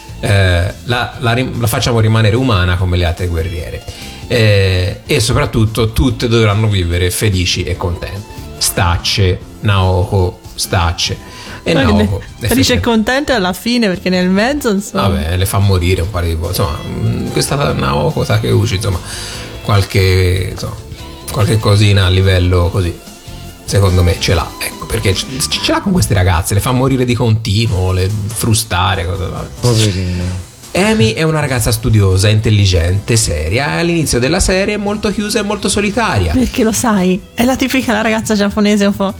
La facciamo rimanere umana come le altre guerriere, e soprattutto tutte dovranno vivere felici e contente. Stacce, Naoko, stacce. E Naoko felice e contenta alla fine, perché nel mezzo insomma vabbè, le fa morire un paio di volte. Insomma, questa Naoko Takeuchi, insomma, qualche cosina a livello così secondo me ce l'ha, ecco, perché ce l'ha con queste ragazze, le fa morire di continuo, le frustare, poverine. Amy è una ragazza studiosa, intelligente, seria, e all'inizio della serie è molto chiusa e molto solitaria. Perché lo sai, è la tipica ragazza giapponese un po'.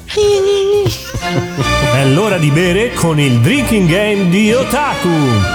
È l'ora di bere con il drinking game di Otaku.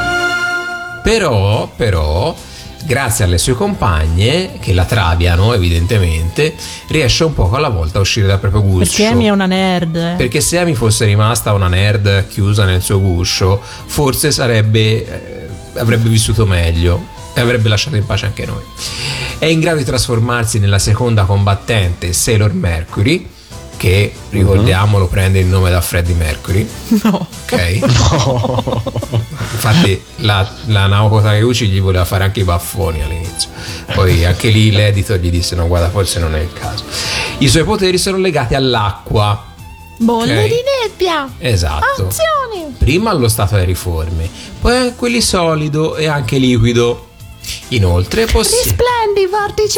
Però grazie alle sue compagne, che la traviano evidentemente, riesce un poco alla volta a uscire dal proprio guscio. Perché Amy è una nerd. Perché se Amy fosse rimasta una nerd chiusa nel suo guscio, forse avrebbe vissuto meglio e avrebbe lasciato in pace anche noi. È in grado di trasformarsi nella seconda combattente Sailor Mercury, che, ricordiamolo, prende il nome da Freddie Mercury. No. Ok. No. Infatti la Naoko Takeuchi gli voleva fare anche i baffoni all'inizio, poi anche lì l'editor gli disse: no, guarda, forse non è il caso. I suoi poteri sono legati all'acqua. Bolle di nebbia. Esatto. Azioni. Prima allo stato aeriforme, poi a quelli solido e anche liquido. Inoltre risplendi, vortice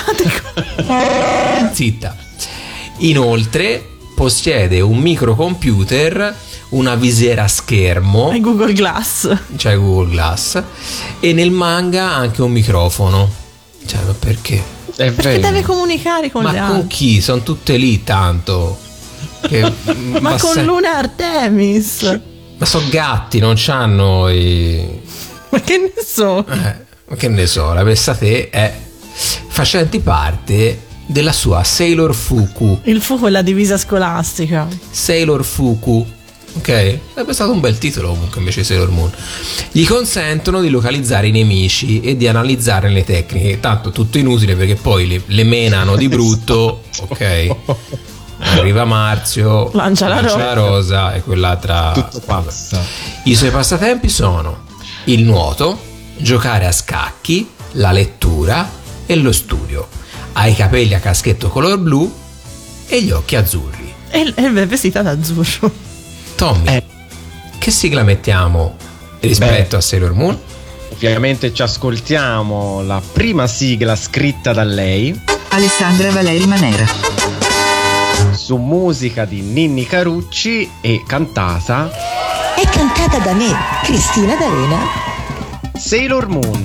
acquatico. Zitta. Inoltre possiede un microcomputer, una visiera a schermo e Google Glass. C'è Google Glass, e nel manga anche un microfono. Cioè, ma perché? Perché deve comunicare con le altre. Ma con chi? Sono tutte lì tanto. Ma con Luna Artemis. Ma sono gatti, non c'hanno i... Ma che ne so? Ma che ne so, la pensate è facenti parte della sua Sailor Fuku. Il Fuku è la divisa scolastica. Sailor Fuku, ok? È stato un bel titolo comunque invece di Sailor Moon. Gli consentono di localizzare i nemici e di analizzare le tecniche. Tanto tutto inutile, perché poi le menano di brutto. Ok, arriva Marzio, lancia la rosa e quell'altra tutto passa. I suoi passatempi sono il nuoto, giocare a scacchi, la lettura e lo studio. Ha i capelli a caschetto color blu e gli occhi azzurri. E è vestita d'azzurro. Tommy, che sigla mettiamo rispetto a Sailor Moon? Ovviamente ci ascoltiamo la prima sigla scritta da lei, Alessandra Valeri Manera, su musica di Ninni Carucci e cantata da me, Cristina D'Avena. Sailor Moon.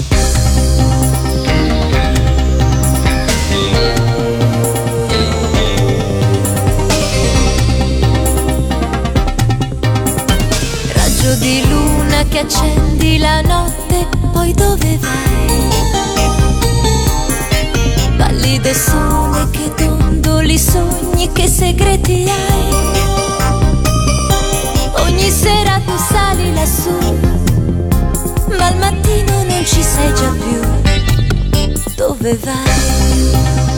Raggio di luna che accendi la notte, poi dove vai? Pallido sole che dondoli veri sogni, che segreti hai. Ogni sera tu sali lassù, ma al mattino non ci sei già più. Dove vai?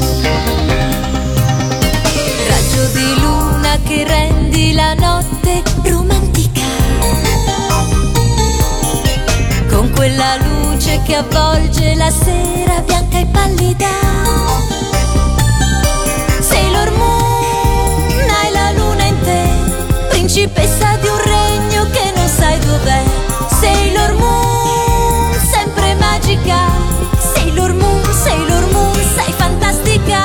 Raggio di luna che rendi la notte romantica, con quella luce che avvolge la sera bianca e pallida. Sailor Moon, hai la luna in te, principessa di un regno che non sai dov'è. Sailor Moon, sempre magica. Sailor Moon, sei fantastica.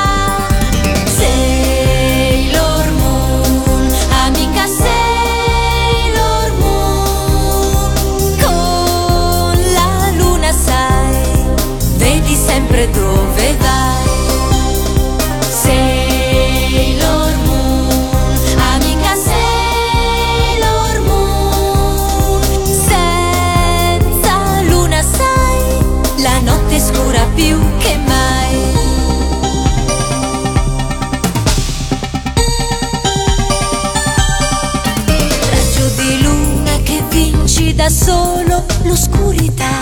Sailor Moon, amica Sailor Moon, con la luna sai, vedi sempre dove vai. Sailor Moon, amica Sailor Moon, senza luna sai, la notte è scura più che mai. Raggio di luna che vinci da solo l'oscurità,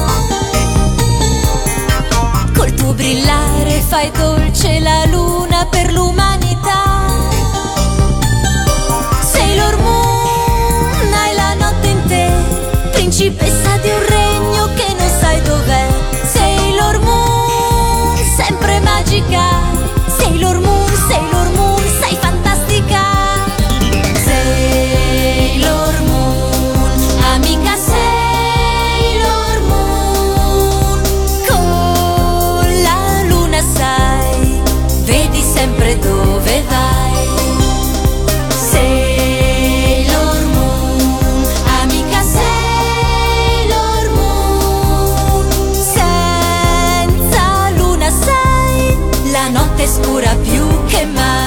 col tuo brillare fai dolce la luna per l'umanità. Sailor Moon, hai la notte in te, principessa di un regno che non sai dov'è. Sailor Moon, sempre magica. Sailor Moon, sei fantastica. Sailor Moon, amica Sailor Moon, con la luna sai, vedi sempre dove vai. Sailor Moon, amica Sailor Moon, senza luna sai, la notte è scura più che mai.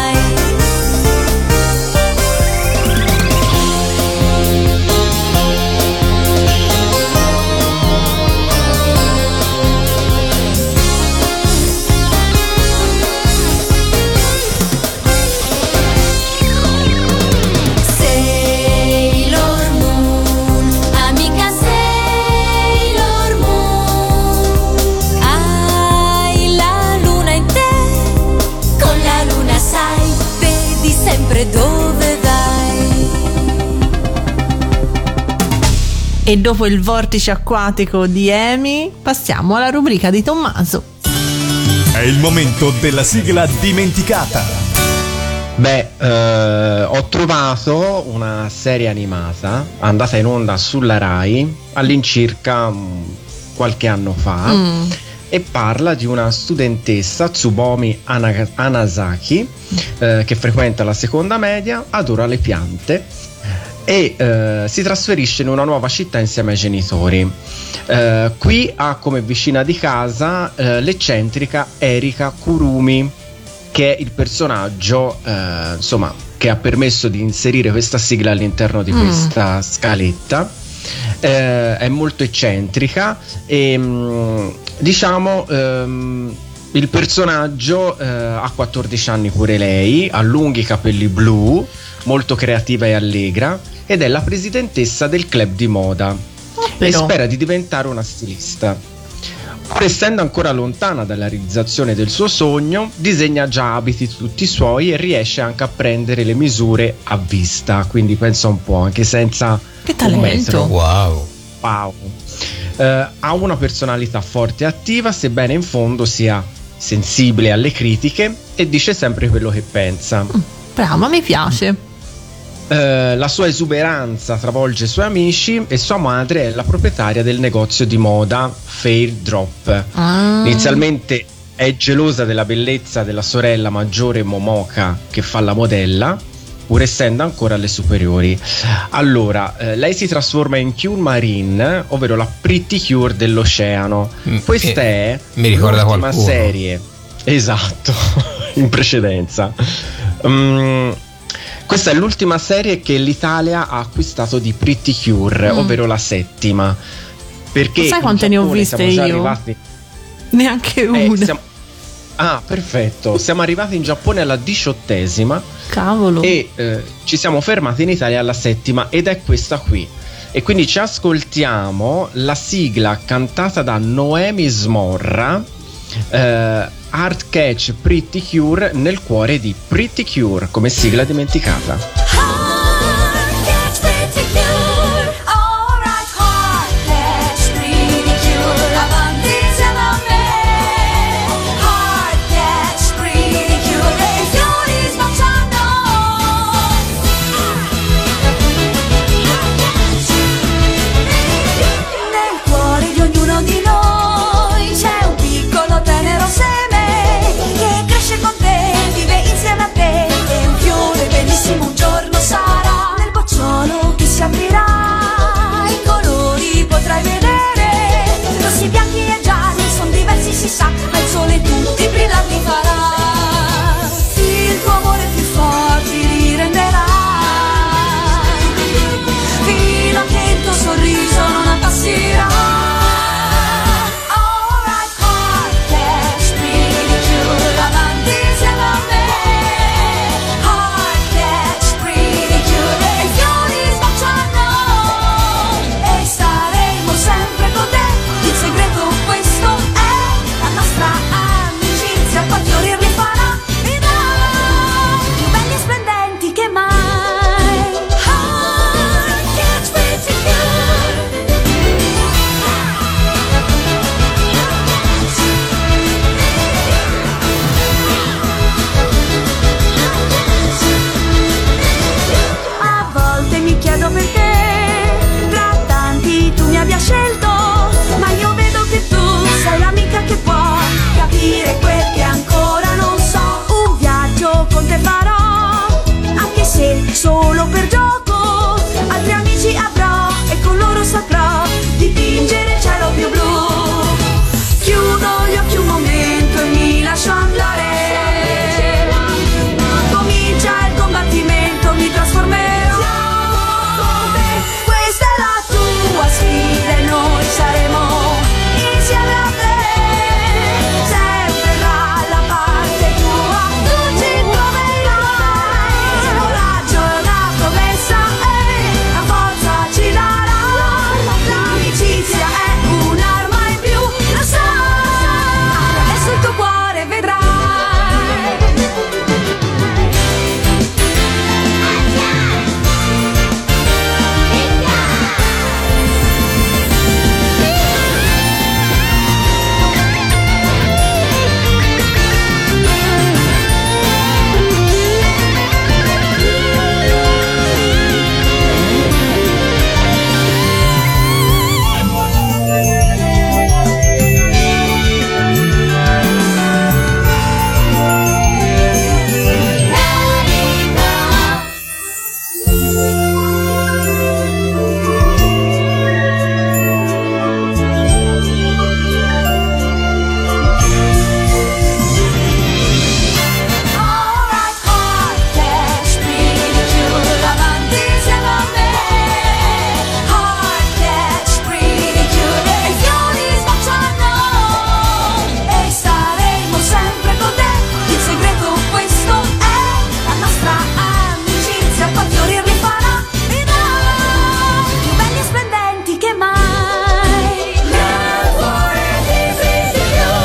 Sailor Moon, amica Sailor Moon, hai la luna in te, con la luna sai, vedi sempre dove vai. E dopo il vortice acquatico di Amy, passiamo alla rubrica di Tommaso. È il momento della sigla dimenticata. Ho trovato una serie animata andata in onda sulla Rai all'incirca qualche anno fa e parla di una studentessa, Tsubomi Anasaki, che frequenta la seconda media, adora le piante e si trasferisce in una nuova città insieme ai genitori. Qui ha come vicina di casa l'eccentrica Erika Kurumi, che è il personaggio insomma che ha permesso di inserire questa sigla all'interno di questa scaletta. È molto eccentrica e diciamo il personaggio ha 14 anni pure lei, ha lunghi capelli blu, molto creativa e allegra ed è la presidentessa del club di moda e spera di diventare una stilista. Pur essendo ancora lontana dalla realizzazione del suo sogno, disegna già abiti tutti suoi e riesce anche a prendere le misure a vista, quindi pensa un po', anche senza che talento. un metro. Wow. Ha una personalità forte e attiva, sebbene in fondo sia sensibile alle critiche e dice sempre quello che pensa. Brava, mi piace. La sua esuberanza travolge i suoi amici e sua madre è la proprietaria del negozio di moda Fair Drop. Inizialmente è gelosa della bellezza della sorella maggiore Momoka, che fa la modella, pur essendo ancora alle superiori. Allora, lei si trasforma in Cure Marine, ovvero la Pretty Cure dell'oceano. Questa è mi ricorda l'ultima qualcuno. serie, esatto, in precedenza. Questa è l'ultima serie che l'Italia ha acquistato di Pretty Cure, ovvero la 7ª. Perché sai quante ne ho viste siamo già io? arrivati... Neanche una. Ah, perfetto. Siamo arrivati in Giappone alla 18ª. Cavolo. E ci siamo fermati in Italia alla 7ª, ed è questa qui. E quindi ci ascoltiamo la sigla cantata da Noemi Smorra, Hard Catch Pretty Cure, nel cuore di Pretty Cure, come sigla dimenticata. Si sa, ma il sole tutti brillanti farà. Il tuo amore più forte li renderà, fino a che il tuo sorriso non appassirà. Alright, hard catch, pretty cure, avanti insieme a me. Hard catch, pretty cure, e i fiori sbocciano e staremo sempre con te. Il segreto questo è la nostra amicizia, poi fiorirli farà ed ha più belli e splendenti che mai. Hard catch pretty A volte mi chiedo perché tra tanti tu mi abbia scelto, ma io vedo che tu sei l'amica che può capire quel che ancora non so. Un viaggio con te farò, anche se solo per gioco. Altri amici avrò e con loro saprò dipingere il cielo più blu. Chiudo gli occhi un momento e mi lascio andare. Comincia il combattimento, mi trasformerò con te. Questa è la tua sfida e noi saremo insieme a te, sempre dalla parte tua, tu ci troverai. Il coraggio è una promessa e la forza ci darà. L'amicizia è un'arma in più, lo sai, adesso il tuo cuore vedrai. Alright, hard catch, pretty cure, avanti insieme a me. Hard catch, pretty cure, e i fiori sbocciano e staremo sempre con te. Il segreto questo è la nostra amicizia, poi fiorirli farà ed ha più belli e splendenti che mai. Nel cuore di Pretty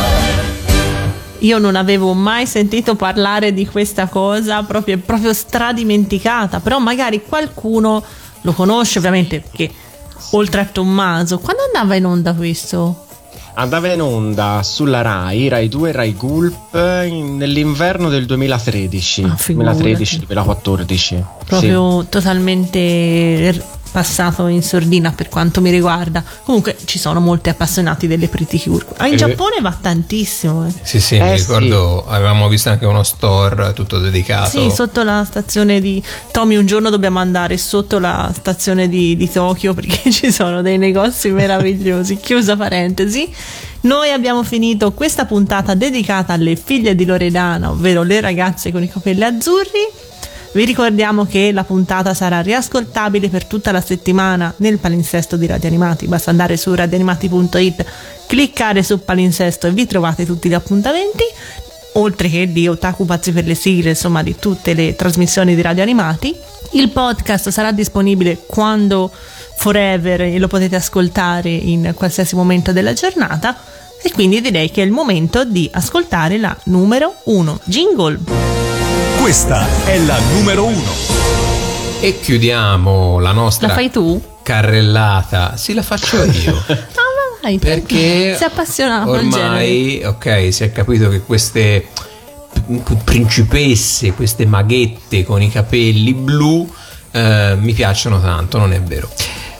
Cure. Io non avevo mai sentito parlare di questa cosa, proprio stradimenticata, però magari qualcuno lo conosce, ovviamente, perché oltre a Tommaso, quando andava in onda questo? Andava in onda sulla Rai 2, Rai Gulp, nell'inverno del 2013, Ah, figurati. 2013-2014. Proprio totalmente passato in sordina per quanto mi riguarda. Comunque ci sono molti appassionati delle Pretty Cure. In Giappone va tantissimo. Sì, mi ricordo, avevamo visto anche uno store tutto dedicato. Sì, sotto la stazione di Tommy, un giorno dobbiamo andare sotto la stazione di Tokyo, perché ci sono dei negozi meravigliosi. Chiusa parentesi. Noi abbiamo finito questa puntata dedicata alle figlie di Loredana, ovvero le ragazze con i capelli azzurri. Vi ricordiamo che la puntata sarà riascoltabile per tutta la settimana nel palinsesto di Radio Animati. Basta andare su radioanimati.it, cliccare su palinsesto e vi trovate tutti gli appuntamenti. oltre che di Otaku Pazzi per le sigle, insomma di tutte le trasmissioni di Radio Animati. Il podcast sarà disponibile quando forever e lo potete ascoltare in qualsiasi momento della giornata, e quindi direi che è il momento di ascoltare la numero 1. Jingle! Questa è la numero 1. E chiudiamo la nostra La fai tu? carrellata. Sì, la faccio io. Vai, Perché sei appassionato al genere. ormai, ok, si è capito che queste principesse, queste maghette con i capelli blu mi piacciono tanto, non è vero.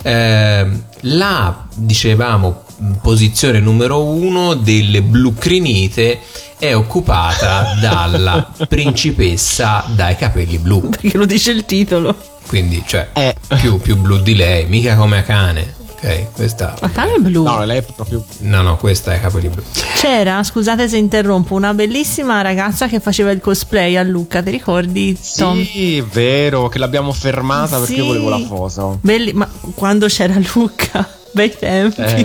La, dicevamo, posizione numero 1 delle blu crinite è occupata dalla principessa dai capelli blu. Perché lo dice il titolo. Quindi, cioè, più blu di lei, mica come Akane. Ok, questa. Akane è blu. No, lei è proprio. No, questa è capelli blu. C'era, scusate se interrompo, una bellissima ragazza che faceva il cosplay a Lucca, ti ricordi, Tom? Sì, è vero, che l'abbiamo fermata perché Sì. volevo la foto. Ma quando c'era Lucca, bei tempi.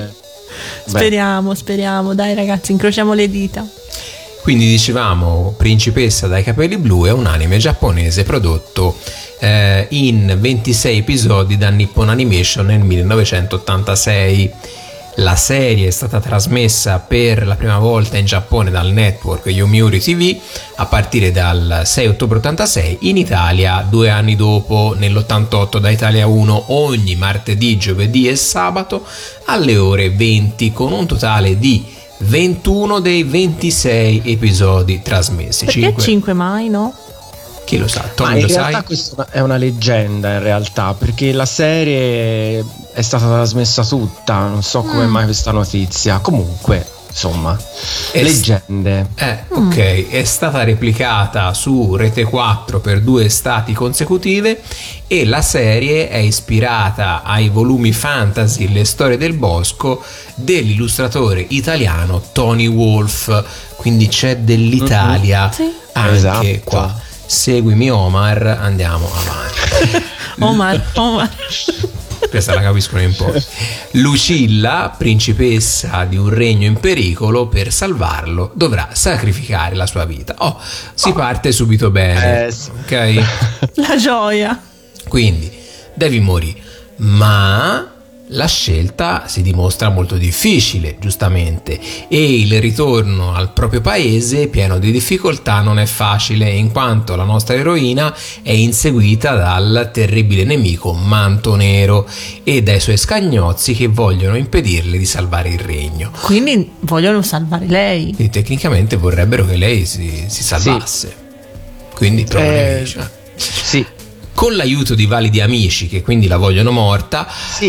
Speriamo, dai ragazzi, incrociamo le dita. Quindi dicevamo, Principessa dai capelli blu è un anime giapponese prodotto in 26 episodi da Nippon Animation nel 1986. La serie è stata trasmessa per la prima volta in Giappone dal network Yomiuri TV a partire dal 6 ottobre 86, in Italia 2 anni dopo, nell'88 da Italia 1, ogni martedì, giovedì e sabato alle ore 20, con un totale di 21 dei 26 episodi trasmessi. Perché 5 mai, no? Chi lo sa? Ma Tommy in lo realtà sai? questa è una leggenda, in realtà, perché la serie è stata trasmessa tutta, non so come mai questa notizia. Comunque, insomma, leggende. Ok, è stata replicata su Rete 4 per 2 estati consecutive e la serie è ispirata ai volumi fantasy Le storie del bosco dell'illustratore italiano Tony Wolf, quindi c'è dell'Italia Sì. anche Esatto. qua. Seguimi Omar, andiamo avanti. Omar. Questa la capiscono in pochi. Lucilla, principessa di un regno in pericolo, per salvarlo dovrà sacrificare la sua vita. Si parte subito bene. Sì. Ok? La gioia. Quindi devi morire, ma la scelta si dimostra molto difficile, giustamente, e il ritorno al proprio paese pieno di difficoltà non è facile, in quanto la nostra eroina è inseguita dal terribile nemico Manto Nero e dai suoi scagnozzi che vogliono impedirle di salvare il regno. Quindi vogliono salvare lei. Quindi tecnicamente vorrebbero che lei si salvasse. Quindi proprio nemici. Sì. Con l'aiuto di validi amici che quindi la vogliono morta, Sì,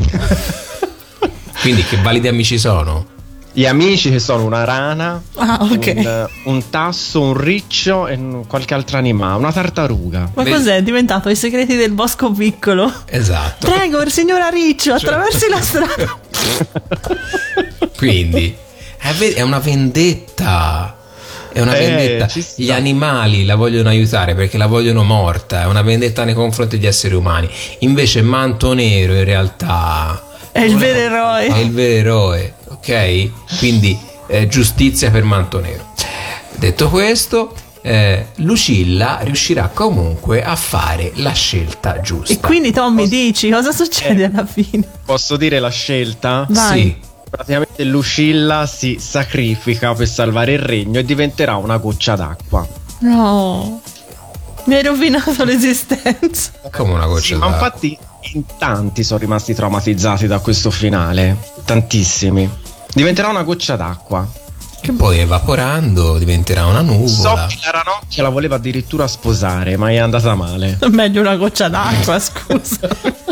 quindi che validi amici sono? Gli amici che sono una rana, ok. un tasso, un riccio e qualche altro animale, una tartaruga. Ma cos'è diventato I segreti del bosco piccolo? Esatto. Prego, signora Riccio, attraversi la strada. Quindi è una vendetta. È una vendetta. Gli animali la vogliono aiutare perché la vogliono morta. È una vendetta nei confronti degli esseri umani. Invece Manto Nero in realtà È il vero eroe. È il vero eroe, ok? Quindi giustizia per Manto Nero. Detto questo, Lucilla riuscirà comunque a fare la scelta giusta. E quindi Tommy, dici cosa succede alla fine? Posso dire la scelta? Vai. Sì. Praticamente Lucilla si sacrifica per salvare il regno e diventerà una goccia d'acqua. No, mi hai rovinato l'esistenza. Come una goccia Ma d'acqua. infatti in tanti sono rimasti traumatizzati da questo finale. Tantissimi. Diventerà una goccia d'acqua. Che poi evaporando diventerà una So nuvola. che la Ranocchia la voleva addirittura sposare, ma è andata male. Meglio una goccia d'acqua, scusa.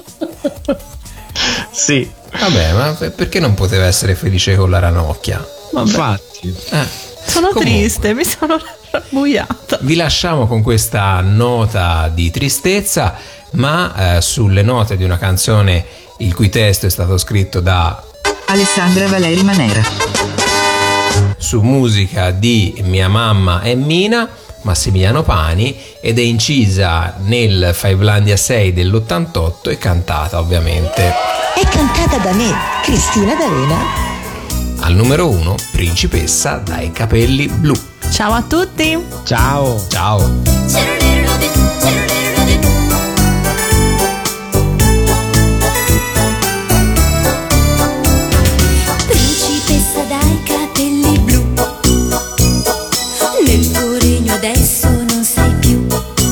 Sì. Vabbè, ma perché non poteva essere felice con la Ranocchia? Vabbè. Infatti. Sono Comunque. triste, mi sono rabbuiata. Vi lasciamo con questa nota di tristezza, ma sulle note di una canzone il cui testo è stato scritto da Alessandra Valeri Manera. su musica di Mia mamma è Mina, Massimiliano Pani, ed è incisa nel Fivelandia 6 dell'88 e cantata ovviamente È cantata da me, Cristina D'Avena. al numero 1, Principessa dai capelli blu. Ciao a tutti. Ciao. Ciao. Principessa dai capelli blu, nel tuo regno adesso non sei più,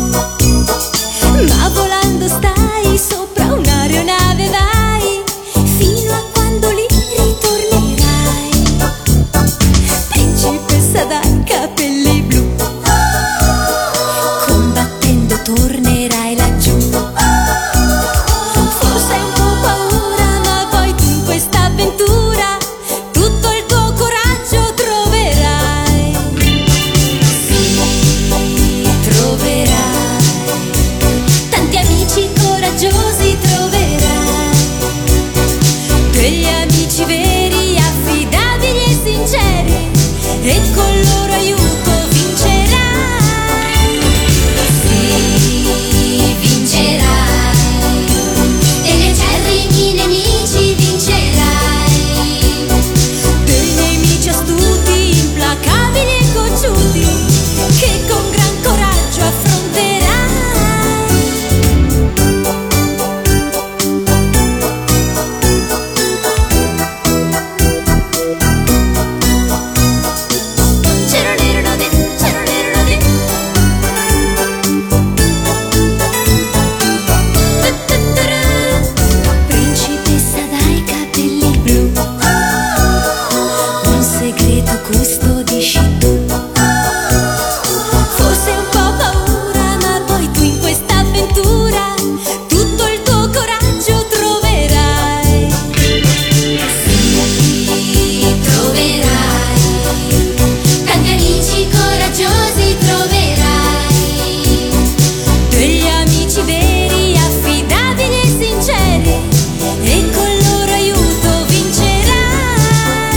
ma volando stai sopra un'aeronave, vai fino a quando lì ritornerai. Principessa dai capelli blu, combattendo tornerai laggiù. Forse hai un po' paura, ma poi tu in questa avventura tutto il tuo coraggio troverai. Sì, troverai tanti amici coraggiosi, troverai degli amici veri, affidabili e sinceri, e con il loro aiuto vincerai. Sì, vincerai degli acerrimi nemici, vincerai dei nemici astuti, implacabili e cocciuti, che con gran coraggio affronterai. Principessa dai capelli blu, un segreto custodisci tu. Forse un po' paura, ma poi tu in questa avventura tutto il tuo coraggio troverai. Sì, troverai tanti amici coraggiosi, troverai degli amici veri, affidabili e sinceri, e con il loro aiuto vincerai.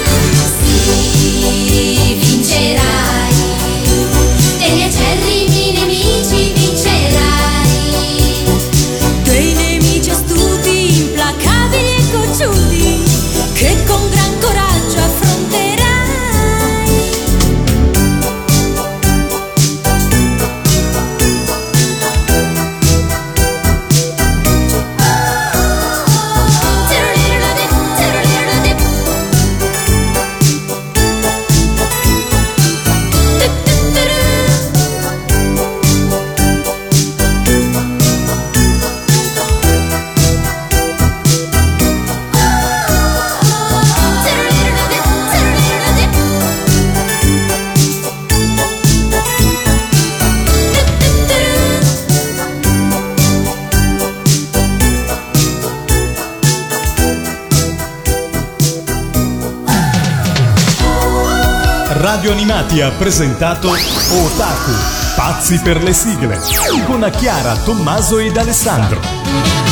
Sì, vincerai degli acerrimi nemici, vincerai dei nemici astuti, implacabili e cocciuti, che con gran coraggio affronterai. Radio Animati ha presentato Otaku, pazzi per le sigle, con Chiara, Tommaso ed Alessandro.